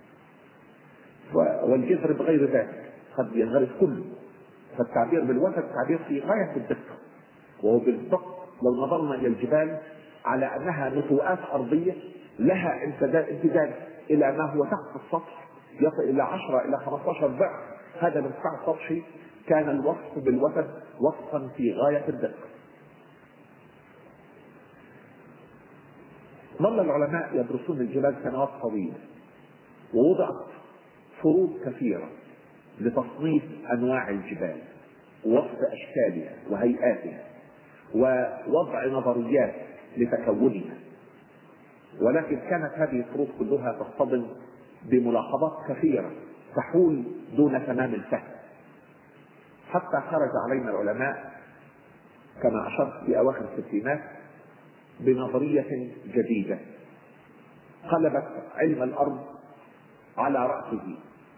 والجذر بغير ذلك قد ينغرس كله. فالتعبير بالوتد تعبير في غاية الدقة، وهو بالضبط لو نظرنا إلى الجبال على أنها نفوءات أرضية لها امتداد إلى ما هو تحت السطح يصل إلى 10 إلى 15 ضعف هذا الارتفاع السطحي، كان الوصف بالوتد وصفا في غاية الدقة. ظل العلماء يدرسون الجبال سنوات طويلة، ووضعت فروض كثيرة لتصنيف أنواع الجبال ووصف أشكالها وهيئاتها ووضع نظريات لتكونها، ولكن كانت هذه الفروض كلها تصطدم بملاحظات كثيرة تحول دون تمام الفهم، حتى خرج علينا العلماء كما أشرت في أواخر الستينات بنظرية جديدة قلبت علم الأرض على رأسه،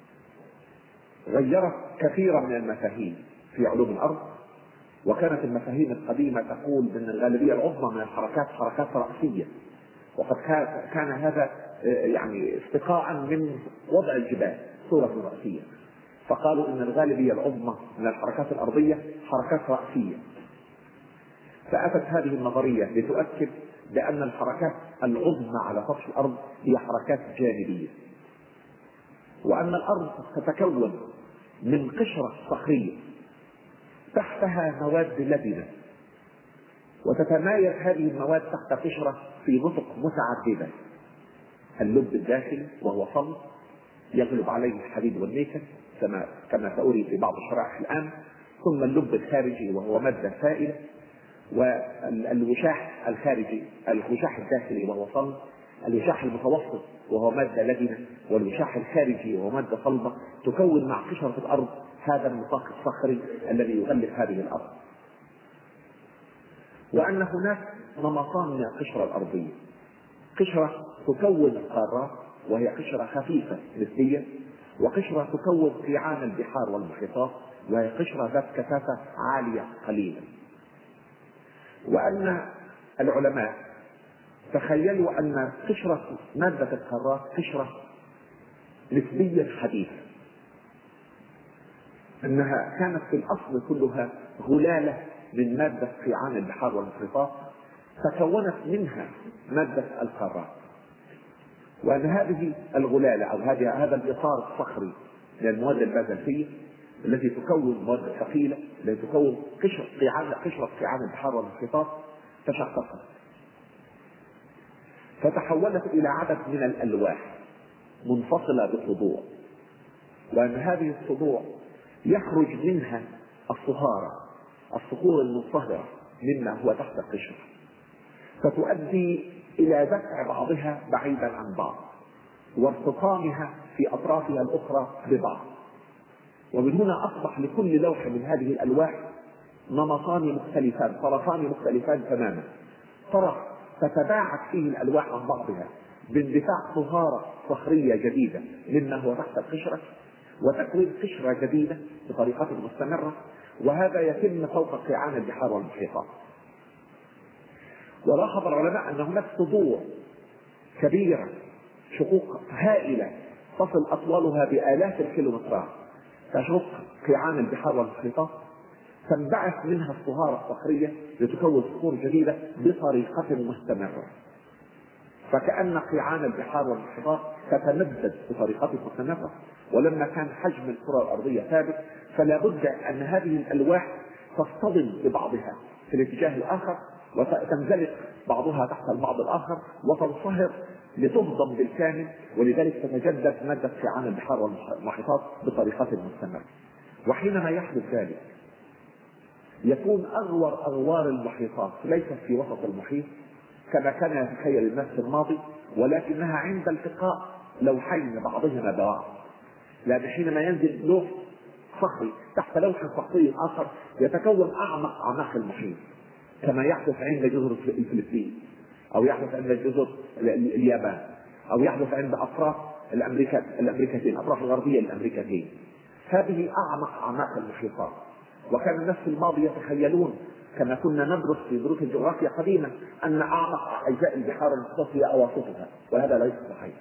غيرت كثيرا من المفاهيم في علوم الأرض. وكانت المفاهيم القديمة تقول أن الغالبية العظمى من الحركات حركات رأسية، وقد كان هذا يعني استقاء من وضع الجبال، صورة رأسية، فقالوا إن الغالبية العظمى من الحركات الأرضية حركات رأسية. فأتت هذه النظرية لتؤكد بأن الحركات العظمى على سطح الأرض هي حركات جانبية، وأن الأرض تتكون من قشرة صخرية تحتها مواد لبنة، وتتمايز هذه المواد تحت قشرة في نطق متعددة: اللب الداخلي وهو صلب يغلب عليه الحديد والنيكل كما سأري في بعض الشرائح الآن، ثم اللب الخارجي وهو مادة سائلة، والوشاح الخارجي الوشاح الداخلي وهو صلب، الوشاح المتوسط وهو مادة لبنة، والوشاح الخارجي وهو مادة صلبة، تكون مع قشرة الأرض هذا النطاق الصخري الذي يغلف هذه الأرض. وأن هناك نمطان من القشرة الأرضية: قشرة تكون القارات وهي قشرة خفيفة نسبيا، وقشرة تكون قيعان البحار والمحيطات وهي قشرة ذات كثافة عالية قليلا. وأن العلماء تخيلوا أن قشرة مادة القارات قشرة نسبيا حديثة، أنها كانت في الأصل كلها غلالة من مادة قيعان البحار والمحيطات تكونت منها مادة القارات، وأن هذه الغلالة أو هذا الإطار الصخري من المواد البازلتية التي تكون المواد الثقيلة التي تكون قشرة قيعان البحار والمحيطات تشققت فتحولت إلى عدد من الألواح منفصلة بصدوع، وأن هذه الصدوع يخرج منها الصخور المنصهرة مما هو تحت القشرة، فتؤدي إلى دفع بعضها بعيدا عن بعض وارتطامها في أطرافها الأخرى ببعض. ومن هنا أصبح لكل لوح من هذه الألواح نمطان مختلفان، طرفان مختلفان تماما: طرف تتباعد فيه الألواح عن بعضها باندفاع صهارة صخرية جديدة مما هو تحت القشرة وتكوين قشرة جديدة بطريقة مستمرة، وهذا يتم فوق قيعان البحار والمحيطات. ولاحظ العلماء أن هناك صدوع كبيرة، شقوق هائلة تصل أطوالها بآلاف الكيلومترات تشق قيعان البحار والمحيطات، تنبعث منها الصهارة الصخرية لتكون صخور جديدة بطريقة مستمرة، فكأن قيعان البحار والمحيطات تتمدد بطريقة مستمرة. ولما كان حجم الكرة الأرضية ثابت فلا بد أن هذه الألواح تصطدم ببعضها في الاتجاه الآخر وتنزلق بعضها تحت البعض الآخر وتنصهر لتهضم بالكامل، ولذلك تتجدد مادة قيعان البحار والمحيطات بطريقة مستمرة. وحينما يحدث ذلك يكون أغوار المحيطات ليست في وسط المحيط كما كان يتخيل الناس في الماضي، ولكنها عند التقاء لوحين بعضهما ببعض، لأن حينما ينزل لوح صخري تحت لوح صخري آخر يتكون أعماق المحيط، كما يحدث عند جزر الفلبين أو يحدث عند جزر اليابان أو يحدث عند أطراف الأمريكتين، أطراف الغربية الأمريكتين. هذه أعماق المحيطات. وكان الناس في الماضي يتخيلون كما كنا ندرس في دروس الجغرافيا قديما أن أعمق أجزاء البحار المحيطات هي أواسطها، وهذا ليس صحيح.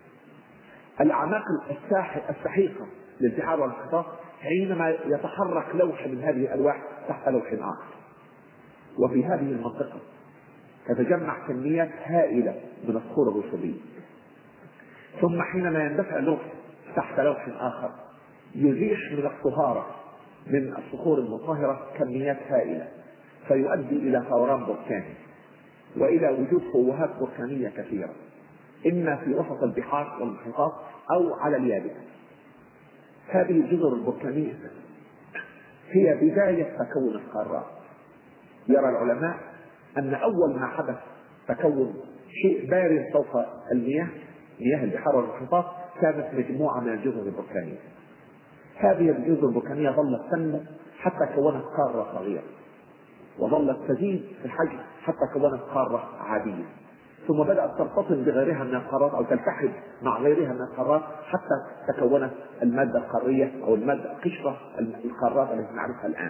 الأعماق السحيقة للبحار والمحيطات حينما يتحرك لوح من هذه الألواح تحت لوح آخر، وفي هذه المنطقة تتجمع كميات هائلة من الصخور الرسوبية، ثم حينما يندفع لوح تحت لوح آخر يزيح من الصهارة من الصخور المنصهرة كميات هائلة، فيؤدي إلى فوران بركاني وإلى وجود فوهات بركانية كثيرة إما في وسط البحار والمحيطات أو على اليابسة. هذه الجزر البركانية هي بداية تكون القارات. يرى العلماء أن أول ما حدث تكون شيء بارد فوق مياه البحار والمحيطات كانت مجموعة من الجزر البركانية. هذه الجزر البركانية ظلت تنمو حتى كونت قارة صغيرة، وظلت تزيد في الحجم حتى كونت قارة عادية، ثم بدأت ترتطم بغيرها من القارات أو تلتحم مع غيرها من القارات حتى تكونت المادة القارية أو المادة قشرة القارات التي نعرفها الآن.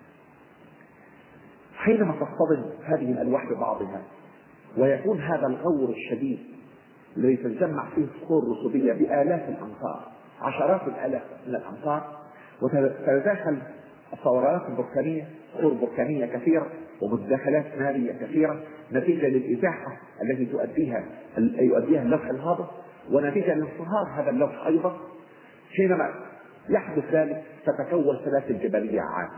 حينما تصطدم هذه الألواح ببعضها ويكون هذا الغور الشديد الذي تتجمع فيه صخور رسوبية بآلاف الأمتار عشرات الآلاف من الأمتار، وتتداخل الثورات البركانية، صخور بركانية كثيرة ومتداخلات نارية كثيرة نتيجة للإزاحة التي يؤديها اللوح الهابط، ونتيجة لانصهار هذا اللوح أيضا. حينما يحدث ذلك تتكون سلاسل جبلية عامة،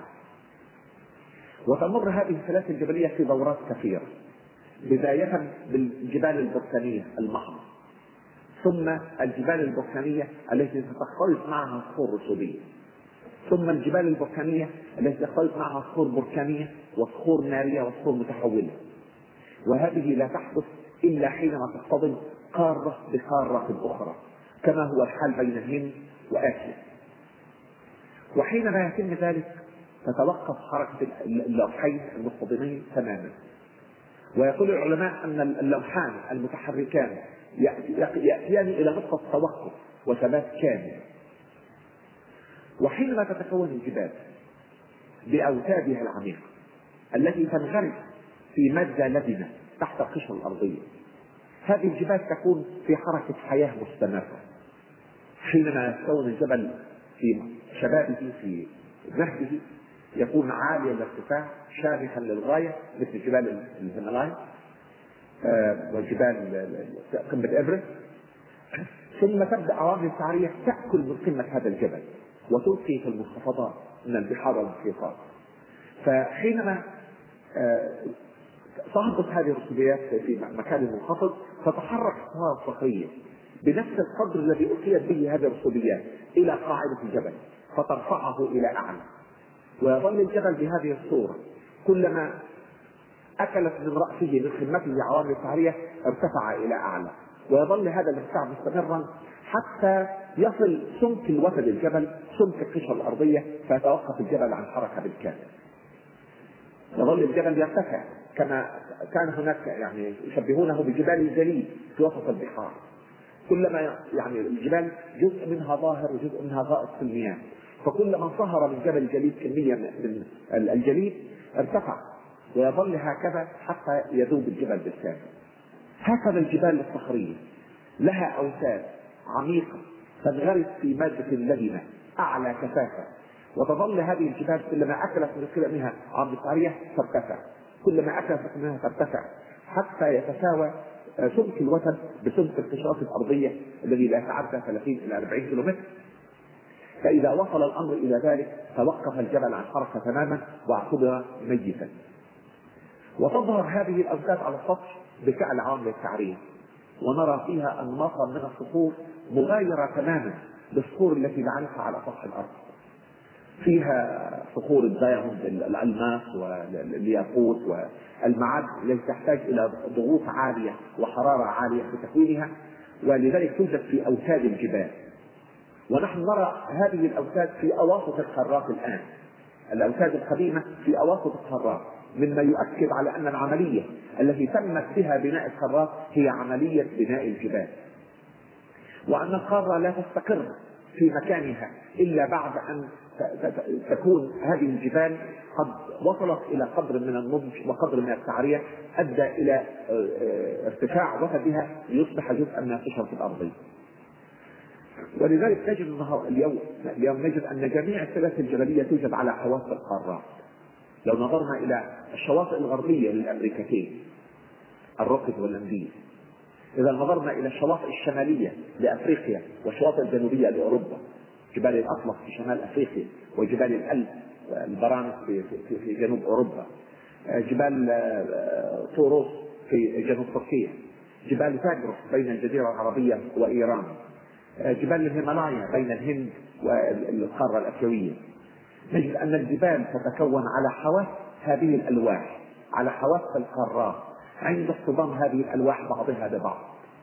وتمر هذه السلاسل الجبلية في دورات كثيرة، بداية بالجبال البركانية المحضة، ثم الجبال البركانية التي تختلط معها صخور رسوبية، ثم الجبال البركانية التي تختلط معها صخور بركانية وصخور نارية وصخور متحولة. وهذه لا تحدث إلا حينما تصطدم قارة بقارة أخرى، كما هو الحال بين الهند وآسيا. وحينما يتم ذلك تتوقف حركة اللوحين المصطدمين تماما. ويقول العلماء أن اللوحان المتحركان يأتيان إلى نقطة توقف وثبات كامل. وحينما تتكون الجبال بأوتادها العميقة التي تنغرس في مادة لبنة تحت القشرة الأرضية، هذه الجبال تكون في حركة حياة مستمرة. حينما يتكون الجبل في شبابه في مهده يكون عالي الارتفاع شامخا للغاية مثل جبال الهيمالايا وجبال قمة إيفرست، ثم تبدأ عوامل السعرية تأكل من قمة هذا الجبل وتلقي في المنخفضات من البحار والمحيطات. فحينما تهبط هذه الرسوبيات في مكان منخفض تتحرك الصخور الصخرية بنفس القدر الذي ألقيت به هذه الرسوبيات إلى قاعدة الجبل فترفعه إلى أعلى، ويظل الجبل بهذه الصورة. كلما أكلت من رأسه من قمته عوامل السعرية ارتفع إلى أعلى، ويظل هذا الارتفاع مستمرا حتى يصل سمك الوتد الجبل سمك القشرة الأرضية، فيتوقف الجبل عن حركة بالكامل. يظل الجبل يرتفع كما كان هناك يعني يشبهونه بجبال الجليد في وسط البحار. كلما يعني الجبال جزء منها ظاهر وجزء منها غائط في المياه، فكلما انصهر من جبل الجليد كمية من الجليد ارتفع، ويظل هكذا حتى يذوب الجبل بالكامل. هكذا الجبال الصخرية لها أوتاد عميقة تنغرس في مادة لبنة أعلى كثافة، وتظل هذه الجبال كلما أكلت من منها عرض السعرية ترتفع، كلما أكلت منها ترتفع حتى يتساوى سمك الوتد بسمك القشرات الأرضية الذي لا يتعدى 30 إلى 40 كيلومتر. فإذا وصل الأمر إلى ذلك توقف الجبل عن حركة تماما واعتبر ميتا. وتظهر هذه الأوتاد على السطح بفعل عامل التعريض، ونرى فيها أنماطا من الصخور مغايرة تماما للصخور التي نعرفها على سطح الأرض. فيها صخور الدايموند الألماس والياقوت والمعاد التي تحتاج إلى ضغوط عالية وحرارة عالية في تكوينها، ولذلك توجد في أوتاد الجبال. ونحن نرى هذه الأوتاد في أواسط القارات الآن، الأوتاد القديمة في أواسط القارات، مما يؤكد على أن العملية التي تمت بها بناء القارات هي عملية بناء الجبال، وأن القارة لا تستقر في مكانها إلا بعد أن تكون هذه الجبال قد وصلت إلى قدر من النضج وقدر من التعرية أدى إلى ارتفاع وتدها ليصبح جزءا من القشرة الأرضية. ولذلك نجد اليوم نجد أن جميع السلاسل الجبلية توجد على حواف القارات. لو نظرنا إلى الشواطئ الغربية للأمريكتين الروكيت والأنديز، إذا نظرنا إلى الشواطئ الشمالية لأفريقيا والشواطئ الجنوبية لأوروبا، جبال الأطلس في شمال أفريقيا وجبال الألب البرانس في جنوب أوروبا، جبال طوروس في جنوب تركيا، جبال زاغرس بين الجزيرة العربية وإيران، جبال الهيمالايا بين الهند والقارة الآسيوية. نجد أن الجبال تتكون على حواف هذه الألواح، على حواف القارات عند اصطدام هذه الألواح بعضها ببعض.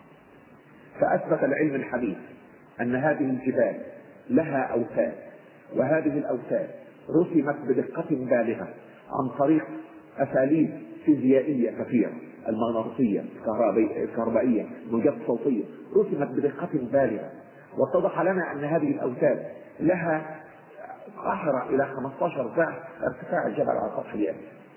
فأثبت العلم الحديث أن هذه الجبال لها أوتاد، وهذه الأوتاد رسمت بدقة بالغة عن طريق أساليب فيزيائية كثيرة، المغناطيسية، الكهربائية، الموجات الصوتية، رسمت بدقة بالغة. واتضح لنا أن هذه الأوتاد لها 10 إلى 15 ضعف ارتفاع الجبل على سطح اليابس.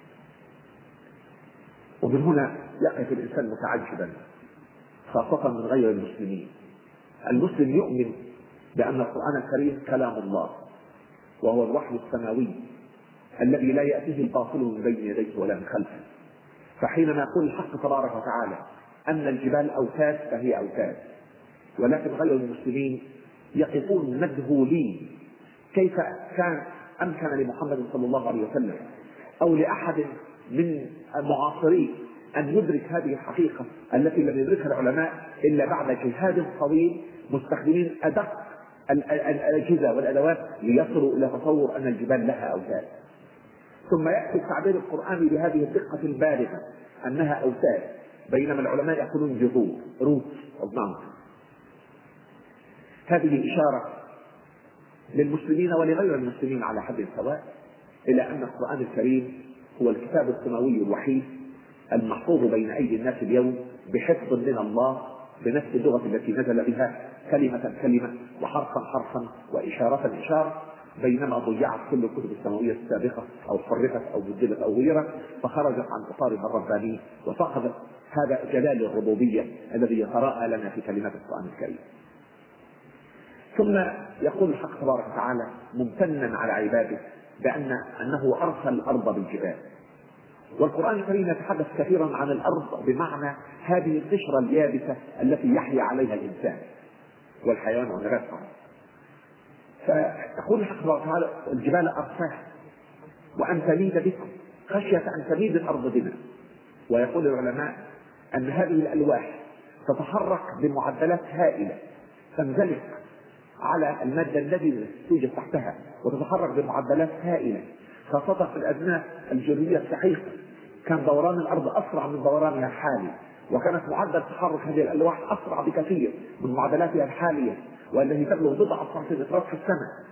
ومن هنا يقف الإنسان متعجبا، خاصة من غير المسلمين. المسلم يؤمن بأن القرآن الكريم كلام الله، وهو الوحي السماوي الذي لا يأتيه الباطل من بين يديه ولا من خلفه. فحينما يقول الحق تبارك وتعالى أن الجبال أوتاد فهي أوتاد، ولكن غير المسلمين يقفون مذهولين كيف كان أمكن لمحمد صلى الله عليه وسلم أو لأحد من المعاصرين أن يدرك هذه الحقيقة التي لم يدركها العلماء إلا بعد جهاد طويل، مستخدمين أدق الأجهزة والأدوات ليصلوا إلى تصور أن الجبال لها أوتاد. ثم يأتي التعبير القرآني بهذه الدقة البالغة أنها أوتاد، بينما العلماء يقولون جذور، روت أو ماونت. هذه إشارة للمسلمين ولغير المسلمين على حد سواء إلى أن القرآن الكريم هو الكتاب السماوي الوحيد المحفوظ بين أيدي الناس اليوم بحفظ من الله بنفس اللغة التي نزل بها، كلمة كلمة وحرفا حرفا وإشارة إشارة، بينما ضيعت كل الكتب السماوية السابقة أو حرفت أو بدلت أو غيرت فخرجت عن إطارها الرباني وفقدت هذا جلال الربوبية الذي يتراءى لنا في كلمات القرآن الكريم. ثم يقول الحق تبارك وتعالى ممتنا على عباده أنه أرسل الأرض بالجبال. والقرآن الكريم يتحدث كثيرا عن الأرض بمعنى هذه القشرة اليابسة التي يحيا عليها الإنسان والحيوان والنبات. فيقول الحق تبارك وتعالى الجبال أرساها وأن تميد بكم خشية أن تميد الأرض بنا. ويقول العلماء أن هذه الألواح تتحرك بمعدلات هائلة، تنزلق على المادة التي توجد تحتها وتتحرك بمعدلات هائلة، خاصة في الأزمنة الجيولوجية السحيقة كان دوران الأرض أسرع من دورانها الحالي، وكانت معدل تحرك هذه الألواح أسرع بكثير من معدلاتها الحالية والتي تبلغ بضع سنتيمترات في السنة.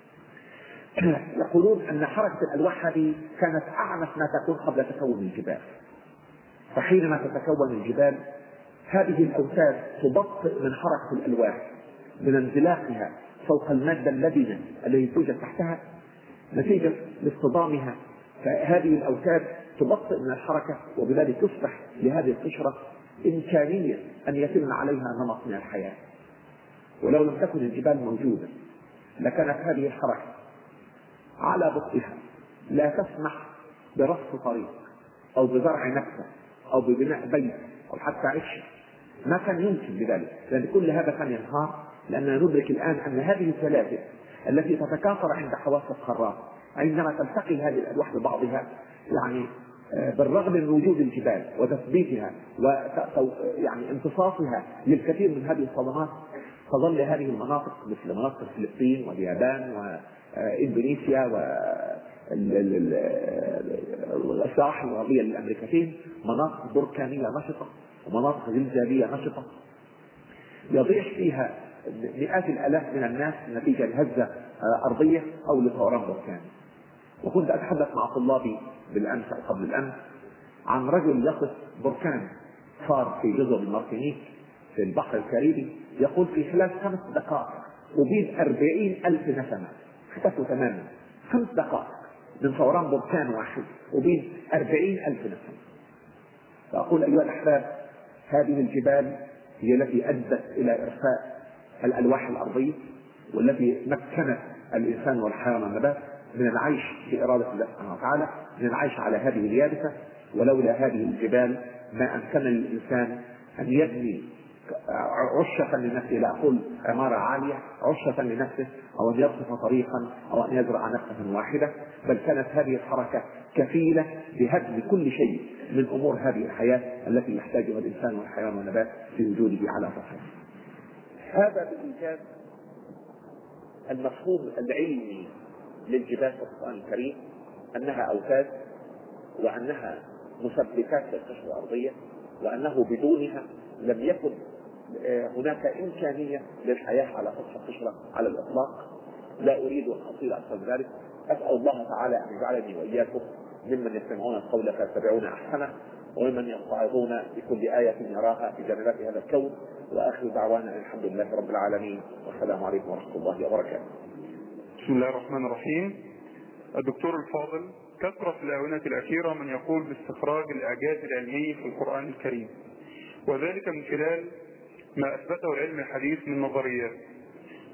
يقولون أن حركة الألواح هذه كانت أعنف ما تكون قبل تكون الجبال. فحينما تتكون الجبال هذه الأوتاد تبطئ من حركة الألواح من انزلاقها فوق المادة اللبنة التي توجد تحتها نتيجة لاصطدامها، فهذه الأوتاد تبطئ من الحركة وبذلك تصبح لهذه القشرة إمكانية أن يتم عليها نمط من الحياة. ولو لم تكن الجبال موجودة لكانت هذه الحركة على بطئها لا تسمح برصف طريق أو بزرع نفسه أو ببناء بيت أو حتى عش، ما كان يمكن بذلك، لأن كل هذا كان ينهار. لأننا ندرك الآن أن هذه السلاسل التي تتكاثر عند حواس القارات عندما تلتقي هذه الألواح ببعضها، يعني بالرغم من وجود الجبال وتثبيتها يعني امتصاصها للكثير من هذه الصدمات، تظل هذه المناطق مثل مناطق فلسطين واليابان وإندونيسيا والسواحل الغربية للأمريكتين مناطق بركانية نشطة ومناطق زلزالية نشطة يضيع فيها مئات الآلاف من الناس نتيجة لهزة أرضية أو لفوران بركاني. وكنت أتحدث مع طلابي بالأمس أو قبل الأمس عن رجل يقف بركان صار في جزر المارتينيك في البحر الكاريبي، يقول في خلال 5 دقائق أبيد 40,000 نسمة، اختفوا تماما. 5 دقائق من فوران بركان واحد أبيد 40,000 نسمة. فأقول أيها الأحباب هذه الجبال هي التي أدت إلى إرساء الألواح الأرضية والتي مكنت الإنسان والحيوان والنبات من العيش بإرادة الله سبحانه وتعالى، من العيش على هذه اليابسة. ولولا هذه الجبال ما أمكن للإنسان أن يبني عشة لنفسه، لا أقول عمارة عالية، عشة لنفسه، أو أن يرصف طريقا أو أن يزرع نفسه واحدة، بل كانت هذه الحركة كفيلة بهدم كل شيء من أمور هذه الحياة التي يحتاجها الإنسان والحيوان والنبات في وجوده على سطحه. هذا بالإيجاز المفهوم العلمي للجبال في القرآن الكريم، أنها أوتاد وأنها مثبتات للقشرة الأرضية، وأنه بدونها لم يكن هناك إمكانية للحياة على سطح القشرة على الإطلاق. لا أريد أن أطيل أكثر من ذلك. أسأل الله تعالى أن يجعلني وإياكم ممن يستمعون القول فيتبعون أحسنه، وممن يتعظون بكل آية يراها في جنبات هذا الكون. وآخر دعوانا الحمد لله رب العالمين، والسلام عليكم ورحمة الله وبركاته. بسم الله الرحمن الرحيم. الدكتور الفاضل، كثر في الآونة الأخيرة من يقول باستخراج الإعجاز العلمي في القرآن الكريم، وذلك من خلال ما أثبته العلم الحديث من نظريات.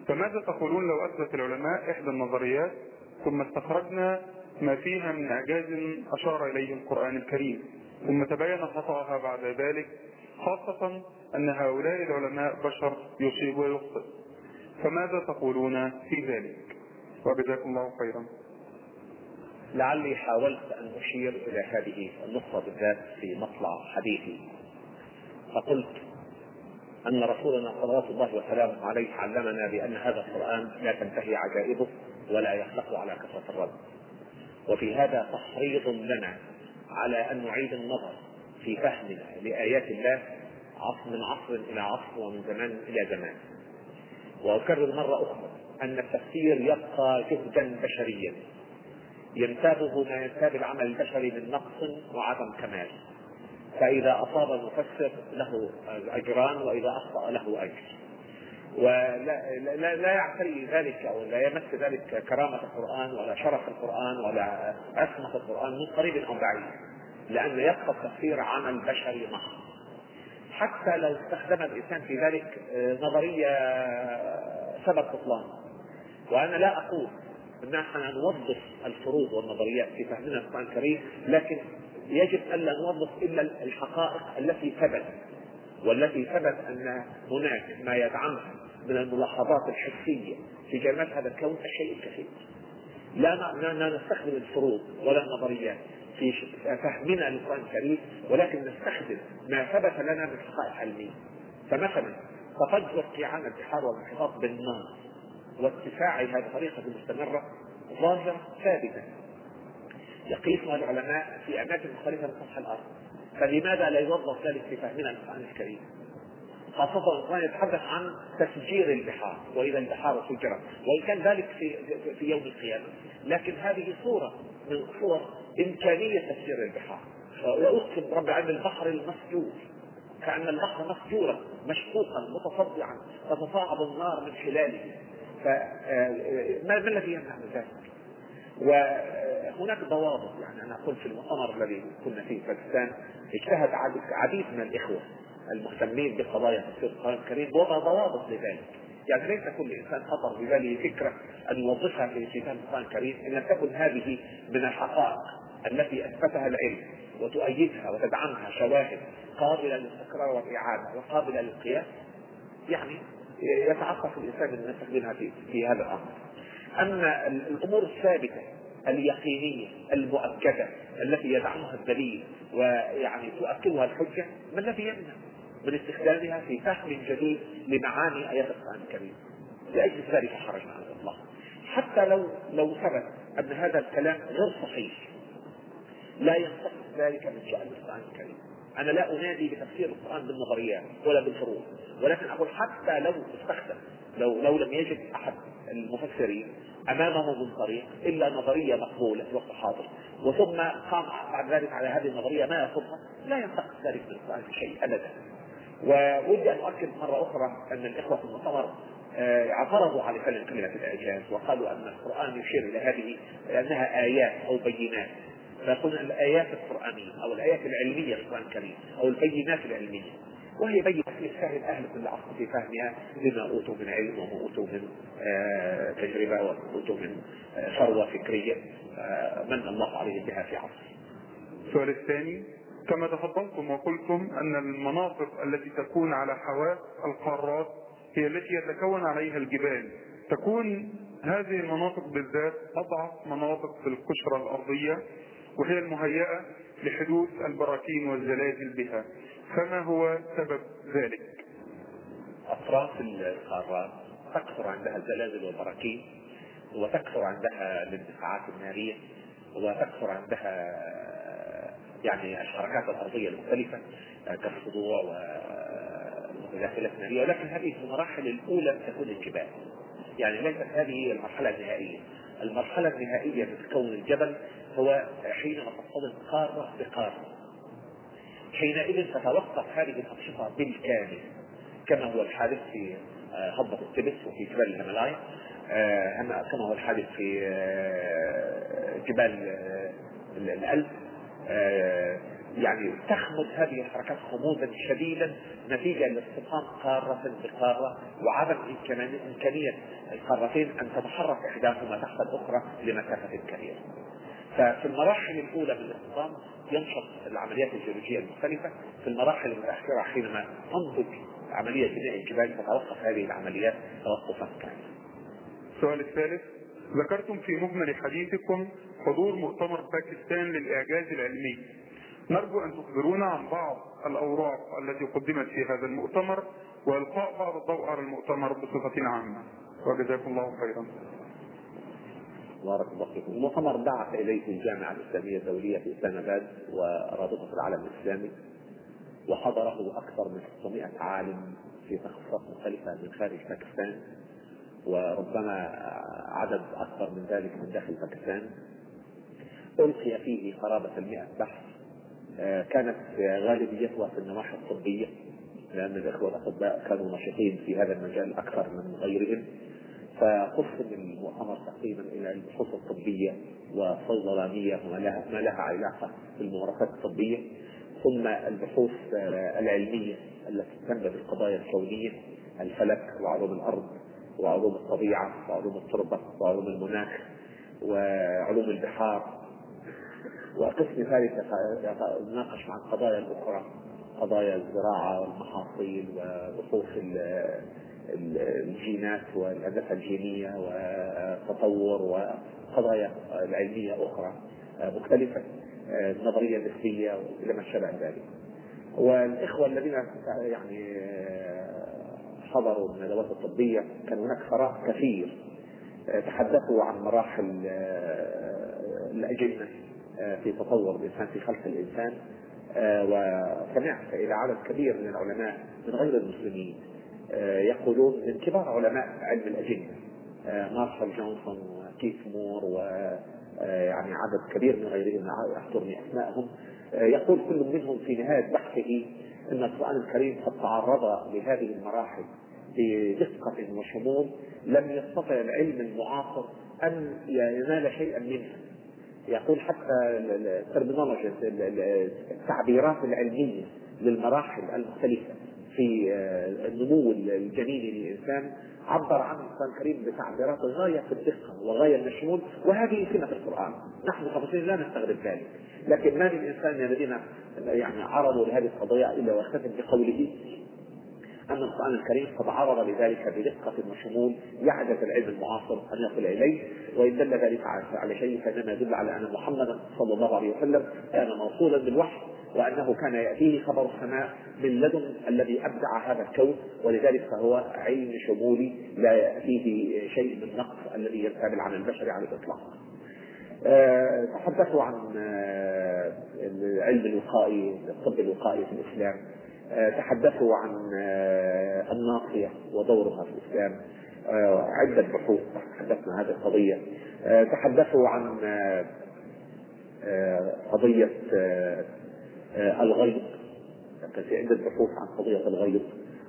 فماذا تقولون لو أثبت العلماء إحدى النظريات ثم استخرجنا ما فيها من إعجاز أشار إليه القرآن الكريم، ثم تبين خطأها بعد ذلك، خاصة أن هؤلاء العلماء بشر يصيب ويخطئ، فماذا تقولون في ذلك؟ وجزاكم الله خيرا. لعلي حاولت أن أشير إلى هذه النقطة بالذات في مطلع حديثي، فقلت أن رسولنا صلوات الله وسلامه عليه علمنا بأن هذا القرآن لا تنتهي عجائبه ولا يخلق على كثرة الرد، وفي هذا تحريض لنا على أن نعيد النظر في فهمنا لآيات الله من عصر إلى عصر ومن زمان إلى زمان. وأكرر مرة أخرى أن التفسير يبقى جهدا بشريا ينتابه ما ينتاب العمل البشري من نقص وعدم كمال، فإذا أصاب المفسر له أجران وإذا أخطأ له أجر، ولا يعتري ذلك أو لا يمس ذلك كرامة القرآن ولا شرف القرآن ولا عصمة القرآن من قريب أو بعيد، لأن يبقى التفسير عمل بشري محض. حتى لو استخدم الإنسان في ذلك نظرية سبب بطلان، وأنا لا أقول أن نحن نوظف الفروض والنظريات في فهمنا القرآن الكريم، لكن يجب ألا نوظف إلا الحقائق التي ثبتت والتي ثبت أن هناك ما يدعمها من الملاحظات الحسية في جمال هذا الكون الشيء الكثير. لا نستخدم الفروض ولا النظريات في فهمنا للقرآن الكريم، ولكن نستخدم ما ثبت لنا من حقائق علمية. فمثلا تفجر قيعان البحار والمحيطات بالنار واتساعها بطريقة مستمرة ظاهرة ثابتة يقيسها العلماء في أماكن مختلفة من سطح الأرض، فلماذا لا يوظف ذلك في فهمنا للقرآن الكريم؟ خاصة القرآن يتحدث عن تفجير البحار وإذا البحار فجرت، وإن كان ذلك في يوم القيامة، لكن هذه صورة من صور إمكانية تفجير البحار. وأقسم برب العالمين البحر المسجور، كأن البحر مسجورا مشقوقا متصدعا تتصاعد النار من خلاله، فما الذي يمنع من ذلك؟ وهناك ضوابط، يعني أنا أقول في المؤتمر الذي كنا فيه في باكستان اجتهد عديد من الإخوة المهتمين بقضايا تفسير القرآن الكريم وضع ضوابط لذلك. يعني ليس كل إنسان خطر بباله فكرة أن يوظفها في فهم القرآن الكريم إن لم تكن هذه من الحقائق التي أثبتها العلم وتؤيدها وتدعمها شواهد قابلة للتكرار والإعادة وقابلة للقياس، يعني يتعقف الإنسان أن يستخدمها في هذا الأمر. أما الأمور الثابتة اليقينية المؤكدة التي يدعمها الدليل ويعني تؤكدها الحجة، ما الذي يمنع من استخدامها في فهم جديد لمعاني آيات القرآن الكريم؟ لأجل ذلك حرجنا على الله. حتى لو ثبت أن هذا الكلام غير صحيح لا ينتقص ذلك من شأن القرآن الكريم. أنا لا أنادي بتفسير القرآن بالنظريات ولا بالفروض، ولكن أقول حتى لو استخدم لو لم يجد أحد المفسرين أمامه من طريق إلا نظرية مقبولة في الوقت الحاضر، وثم قام بعد ذلك على هذه النظرية ما يصبها، لا ينتقص ذلك من القرآن بشيء أبدا. وودي أن أؤكد مرة أخرى أن الإخوة في المؤتمر اعترضوا على كلمة الإعجاز وقالوا أن القرآن يشير إلى هذه أنها آيات أو بينات، فقلنا الآيات القرآنية أو الآيات العلمية في القرآن الكريم أو البينات العلمية، وهي بينات يسهل أهل كل عصر في فهمها بما أوتوا من علم وما أوتوا من تجربة وما أوتوا من ثروة فكرية من الله عليه بها في عصر. السؤال الثاني: كما تفضلتم وقلتم أن المناطق التي تكون على حواف القارات هي التي يتكون عليها الجبال، تكون هذه المناطق بالذات أضعف مناطق في القشرة الأرضية وهي المهيئة لحدوث البراكين والزلازل بها، فما هو سبب ذلك؟ أطراف القارات تكثر عندها الزلازل والبراكين، وتكثر عندها الاندفاعات النارية، وتكثر عندها يعني الحركات الأرضية المختلفة كالصدوع والمتداخلات النارية، ولكن هذه المراحل الأولى تكون الجبال، يعني ليست هذه المرحلة النهائية. المرحلة النهائية من كون الجبل هو حينما تصطدم قارة بقارة، حينئذ تتوقف هذه الأنشطة بالكامل، كما هو الحادث في هضبة التبس وفي جبال الهيمالايا، كما هو الحادث في جبال الألب، يعني تخمد هذه الحركات خمودا شديدا نتيجة لاصطحام قارة بقارة وعدم إمكانية القارتين أن تتحرك إحداهما تحت الأخرى لمسافة كبيرة. ففي المراحل الأولى من الاصطدام ينشط العمليات الجيولوجية المختلفة. في المراحل المتأخرة حينما تنضج عملية بناء الجبال تتوقف هذه العمليات توقفا كاملا. السؤال الثالث: ذكرتم في مجمل حديثكم حضور مؤتمر باكستان للإعجاز العلمي. نرجو أن تخبرونا عن بعض الأوراق التي قدمت في هذا المؤتمر وإلقاء بعض الضوء على المؤتمر بصفة عامة، وجزاكم الله خيرا. بارك الله فيكم. المؤتمر دعت إليه الجامعة الإسلامية الدولية في إسلام آباد ورابطة العالم الإسلامي، وحضره أكثر من 600 عالم في تخصصات مختلفة من خارج باكستان، وربما عدد أكثر من ذلك من داخل باكستان. ألقي فيه قرابة 100 بحث، كانت غالبيتها في النواحي الطبية لأن الإخوة الأطباء كانوا نشطين في هذا المجال أكثر من غيرهم. فقسم المؤتمر تقريبا إلى البحوث الطبية والصيدلانية وما لها علاقة بالممارسات الطبية، ثم البحوث العلمية التي تهتم بالقضايا الكونية، الفلك وعلوم الأرض وعلوم الطبيعة وعلوم التربة وعلوم المناخ وعلوم البحار. وقسم ثالث ناقش عن قضايا أخرى، قضايا الزراعة والمحاصيل وبحوث الجينات والهندسة الجينية والتطور وقضايا العلمية أخرى مختلفة، النظرية النسبية وإلى ما شابه ذلك. والإخوة الذين يعني حضروا الندوات الطبية كان هناك ثراء كثير، تحدثوا عن مراحل الأجنة في تطور الإنسان في خلق الإنسان، وسمعت إلى عدد كبير من العلماء من غير المسلمين يقولون من كبار علماء علم الأجنة مارشال جونسون وكيث مور ويعني عدد كبير من غيرهم لا يحضرني أسماءهم، يقول كل منهم في نهاية بحثه أن القرآن الكريم قد تعرض لهذه المراحل بدقة وشمول لم يستطع العلم المعاصر أن ينال شيئا منها. يقول حتى الترمينولوجي التعبيرات العلمية للمراحل المختلفة في النمو الجنيني للإنسان عبر عنه القرآن الكريم بتعبيرات غاية في الدقة وغاية الشمول، وهذه سمة القرآن. نحن كمسلمين لا نستغرب ذلك، لكن ما من إنسان الذين يعني عرضوا لهذه القضايا إلا واختفت بقوله أن القرآن الكريم قد عرض لذلك بدقة وشمول يعجز العلم المعاصر أن يصل إليه. وإن دل ذلك على شيء فإنما يدل على أن محمدا صلى الله عليه وسلم كان موصولا بالوحي، وأنه كان يأتيه خبر السماء من لدن الذي أبدع هذا الكون، ولذلك فهو علم شمولي لا يأتيه شيء من نقص الذي ينتابل عن البشر على الإطلاق. تحدثوا عن العلم الوقائي، الطب الوقائي في الإسلام، تحدثوا عن الناصية ودورها في الإسلام، عدة بحوث تحدثنا هذه القضية. تحدثوا عن قضية الغيظ، في عدة بحوث عن قضية الغيظ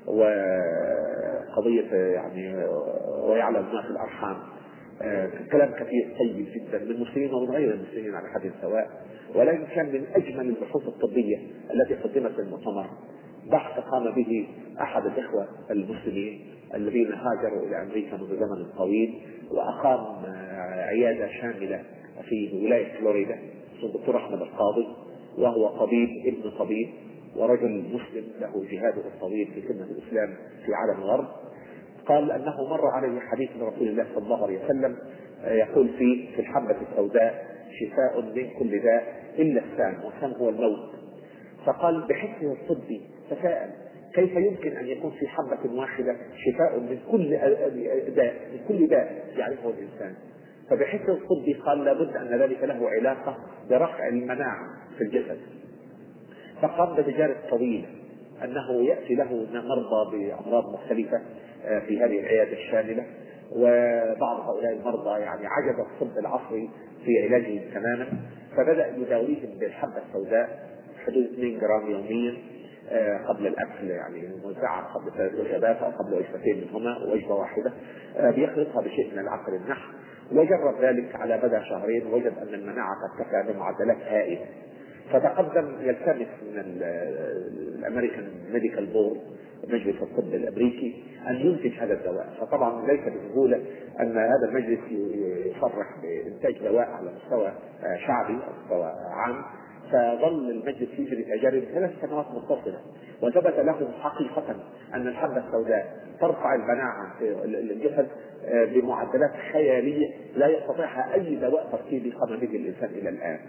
وقضية يعني ويعلم ما في الأرحام. كلام كثير طيب جدا من المسلمين ومن غير المسلمين على حد سواء. ولكن كان من أجمل البحوث الطبية التي قدمت في المؤتمر بحث قام به أحد الإخوة المسلمين الذين هاجروا إلى أمريكا منذ زمن طويل، وأقام عيادة شاملة في ولاية فلوريدا، الدكتور أحمد القاضي، وهو طبيب ابن طبيب ورجل مسلم له جهاده الطويل في خدمة الإسلام في عالم الغرب. قال أنه مر عليه حديث من رسول الله صلى الله عليه وسلم يقول فيه: في الحبة السوداء شفاء من كل داء إلا السام، والسام هو الموت. فقال بحسه الطبي تساءل كيف يمكن أن يكون في حبة واحدة شفاء من كل داء يعرفه الإنسان؟ فبحسه الطبي قال لابد أن ذلك له علاقة برفع المناعة في الجسد. فقام بتجارب طويلة أنه يأتي له مرضى بأمراض مختلفة في هذه العيادة الشاملة، وبعض هؤلاء المرضى يعني عجز الطب العصري في علاجهم تماما، فبدأ يداويهم بالحبة السوداء حدود 2 جرام يوميا قبل الأكل، يعني موزعة قبل 3 وجبات أو قبل وجبتين منهما ووجبة واحدة، بيخلطها بشيء من العسل النحل، وجرب ذلك على مدى 2 شهرين وجد أن المناعة ترتفع بمعدلات هائلة. فتقدم يلتمس من الامريكان ميديكال بورد، مجلس الطب الامريكي، ان ينتج هذا الدواء. فطبعا ليس بسهوله ان هذا المجلس يصرح بانتاج دواء على مستوى شعبي او مستوى عام. فظل المجلس يجري تجارب 3 سنوات متصله، وثبت له حقيقه ان الحبه السوداء ترفع المناعه في الجسد بمعدلات خياليه لا يستطيعها اي دواء تركيبي قام به الانسان الى الان.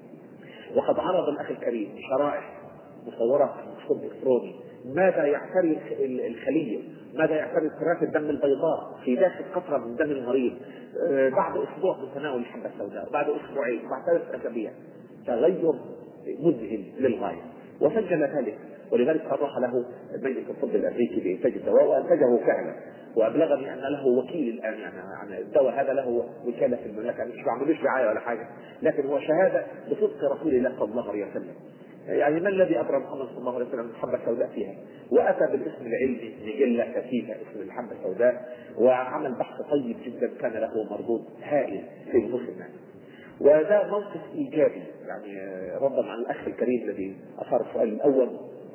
وقد عرض الاخ الكريم شرائح مصوره في الميكروسكوب الالكتروني ماذا يعتري الخليه، ماذا يعتري كرات الدم البيضاء في داخل قطره من دم المريض بعد اسبوع من تناول الحبه السوداء، بعد اسبوعين، بعد 3 أسابيع. تغير مذهل للغايه، وسجل ذلك. ولذلك صرح له مجلس الطب الامريكي بانتاج الدواء، وانتجه فعلا. وابلغني ان له وكيل الان، يعني الدواء هذا له وكاله في المملكه، يعني مش بعملوش دعايه ولا حاجه، لكن هو شهاده بصدق رسول الله صلى الله عليه وسلم. يعني ما الذي ابرم محمد صلى الله عليه وسلم الحبه السوداء فيها؟ واتى بالاسم العلمي مجله كثيفه اسم الحبه السوداء، وعمل بحث طيب جدا كان له مردود هائل في نفوس الناس. وده موقف ايجابي، يعني ردا على الاخ الكريم الذي اثار السؤال الاول.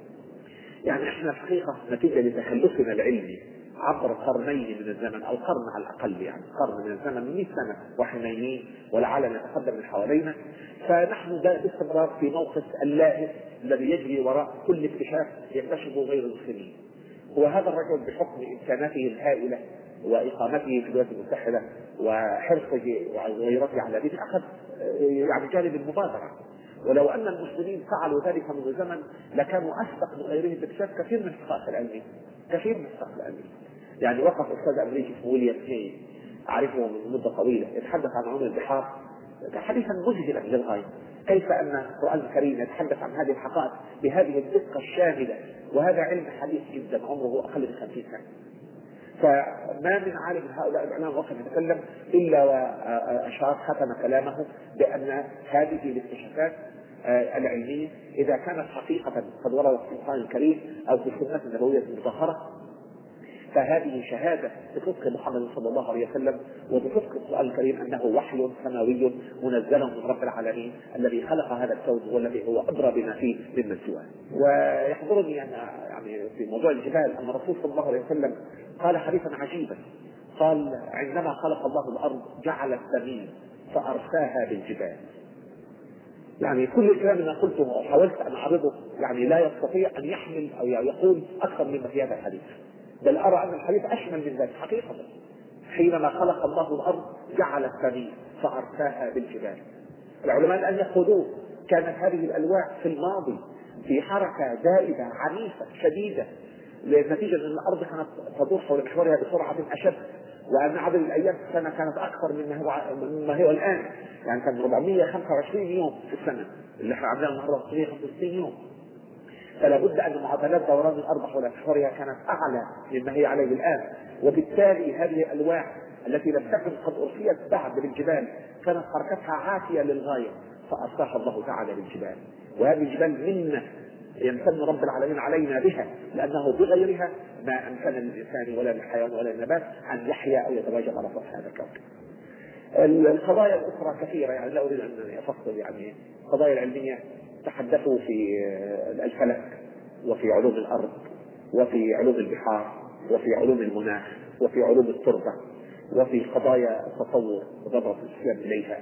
يعني احنا الحقيقه نتيجه لتخلفنا العلمي عبر قرنين من الزمن، او قرن على الاقل، يعني قرن من الزمن، 100 سنه واحنا نايمين والعالم يتقدم من حوالينا، فنحن باستمرار في موقف اللاهث الذي يجري وراء كل اكتشاف يكتشفه غير المسلمين. وهذا الرجل بحكم امكاناته الهائله واقامته في الولايات المتحده وحرصه وغيرته على ذلك اخذ يعني جانب المبادره. ولو ان المسلمين فعلوا ذلك منذ زمن لكانوا اسبق من غيرهم باكتشاف كثير من الحقائق العلميه، كثير من الحقائق العلميه. يعني وقف استاذ امريكي اسمه ويليام هي، اعرفه من مده طويله، يتحدث عن علوم البحار حديثا مذهلا للغايه، كيف ان القران الكريم يتحدث عن هذه الحقائق بهذه الدقه الشامله، وهذا علم حديث جدا عمره اقل من 50 سنه. فما من عالم من هؤلاء العلماء وقف يتكلم الا واشار ختم كلامه بان هذه الاكتشافات العلميه اذا كانت حقيقه قد وردت في القران الكريم او في السنه النبويه المطهره، فهذه شهاده بصدق محمد صلى الله عليه وسلم وبصدق القران الكريم انه وحي سماوي منزل من رب العالمين الذي خلق هذا الكون والذي هو ادرى بما فيه ممن سواه. ويحضرني ان يعني في موضوع الجبال ان الرسول صلى الله عليه وسلم قال حديثا عجيبا، قال عندما خلق الله الارض جعل السمين فارساها بالجبال. يعني كل الكلام اللي قلته حاولت ان اعرضه يعني لا يستطيع ان يحمل او يقول اكثر مما في هذا الحديث، بل ارى ان الحديث اشمل من ذلك حقيقه. حينما خلق الله الارض جعل السمين فارساها بالجبال. العلماء الان يقولون كانت هذه الالواح في الماضي في حركه زائده عنيفه شديده، نتيجه ان الارض كانت تدور حول محورها بسرعه اشد، وان عدد الايام في السنه كانت اكثر مما هو الان، يعني كان 425 يوم في السنه اللي احنا عندنا النهارده 365 يوم. فلا بد ان معادلات دوران الارض حول محورها كانت اعلى مما هي عليه الان، وبالتالي هذه الالواح التي لم تكن قد ارسيت بعد بالجبال كانت حركتها عافيه للغايه، فارساها الله تعالى للجبال. وهذه الجبال منه يمتن رب العالمين علينا بها، لانه بغيرها ما امكن للانسان ولا للحيوان ولا للنبات ان يحيا او يتواجد على سطح هذا الكوكب. القضايا الاخرى كثيره، يعني لا اريد ان افصل، يعني القضايا العلميه تحدثوا في الفلك وفي علوم الارض وفي علوم البحار وفي علوم المناخ وفي علوم التربه وفي قضايا التصور ونظره الاسلام اليها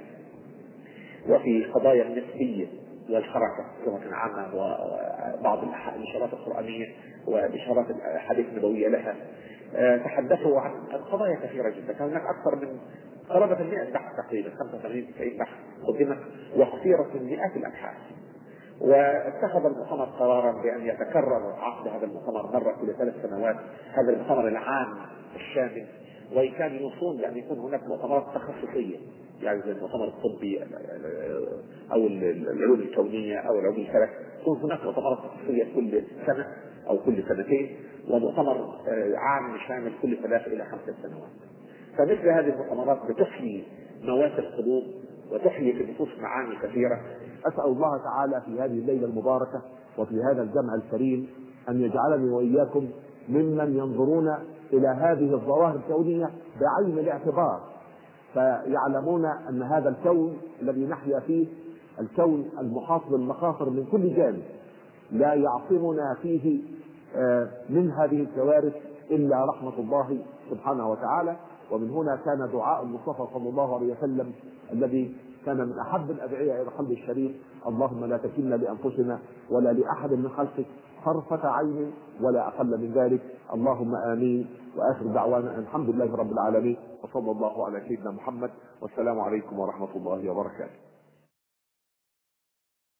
وفي قضايا النسبيه والحركه بصفه عامه وبعض الاشارات القرانيه واشارات الاحاديث النبويه لها. تحدثوا عن قضايا كثيره جدا، كان هناك اكثر من قرابه 100 بحث تقريبا، 85-90 بحث قدمت واختيرت من مئات الابحاث. واتخذ المؤتمر قرارا بان يتكرر عقد هذا المؤتمر مره كل 3 سنوات، هذا المؤتمر العام الشامل، وان كان يوصون بان يكون هناك مؤتمرات تخصصيه، يعني زي المؤتمر الطبي او العلوم الكونيه او العلوم الفلك، تكون هناك مؤتمرات تخصصيه كل سنه او كل سنتين، ومؤتمر عام شامل كل 3 إلى 5 سنوات. فمثل هذه المؤتمرات بتحيي مواد القلوب وتحيي في النفوس معاني كثيره. أسأل الله تعالى في هذه الليلة المباركة وفي هذا الجمع الكريم أن يجعلني وإياكم ممن ينظرون إلى هذه الظواهر الكونية بعين الاعتبار، فيعلمون أن هذا الكون الذي نحيا فيه الكون المحاط بالمخاطر من كل جانب لا يعصمنا فيه من هذه الكوارث إلا رحمة الله سبحانه وتعالى. ومن هنا كان دعاء المصطفى صلى الله عليه وسلم الذي كان من أحب الأدعية إلى قلب الشريف: اللهم لا تكلنا لأنفسنا ولا لأحد من خلقك طرفة عين ولا أقل من ذلك. اللهم آمين. وآخر دعوانا الحمد لله رب العالمين، وصلى الله على سيدنا محمد، والسلام عليكم ورحمة الله وبركاته.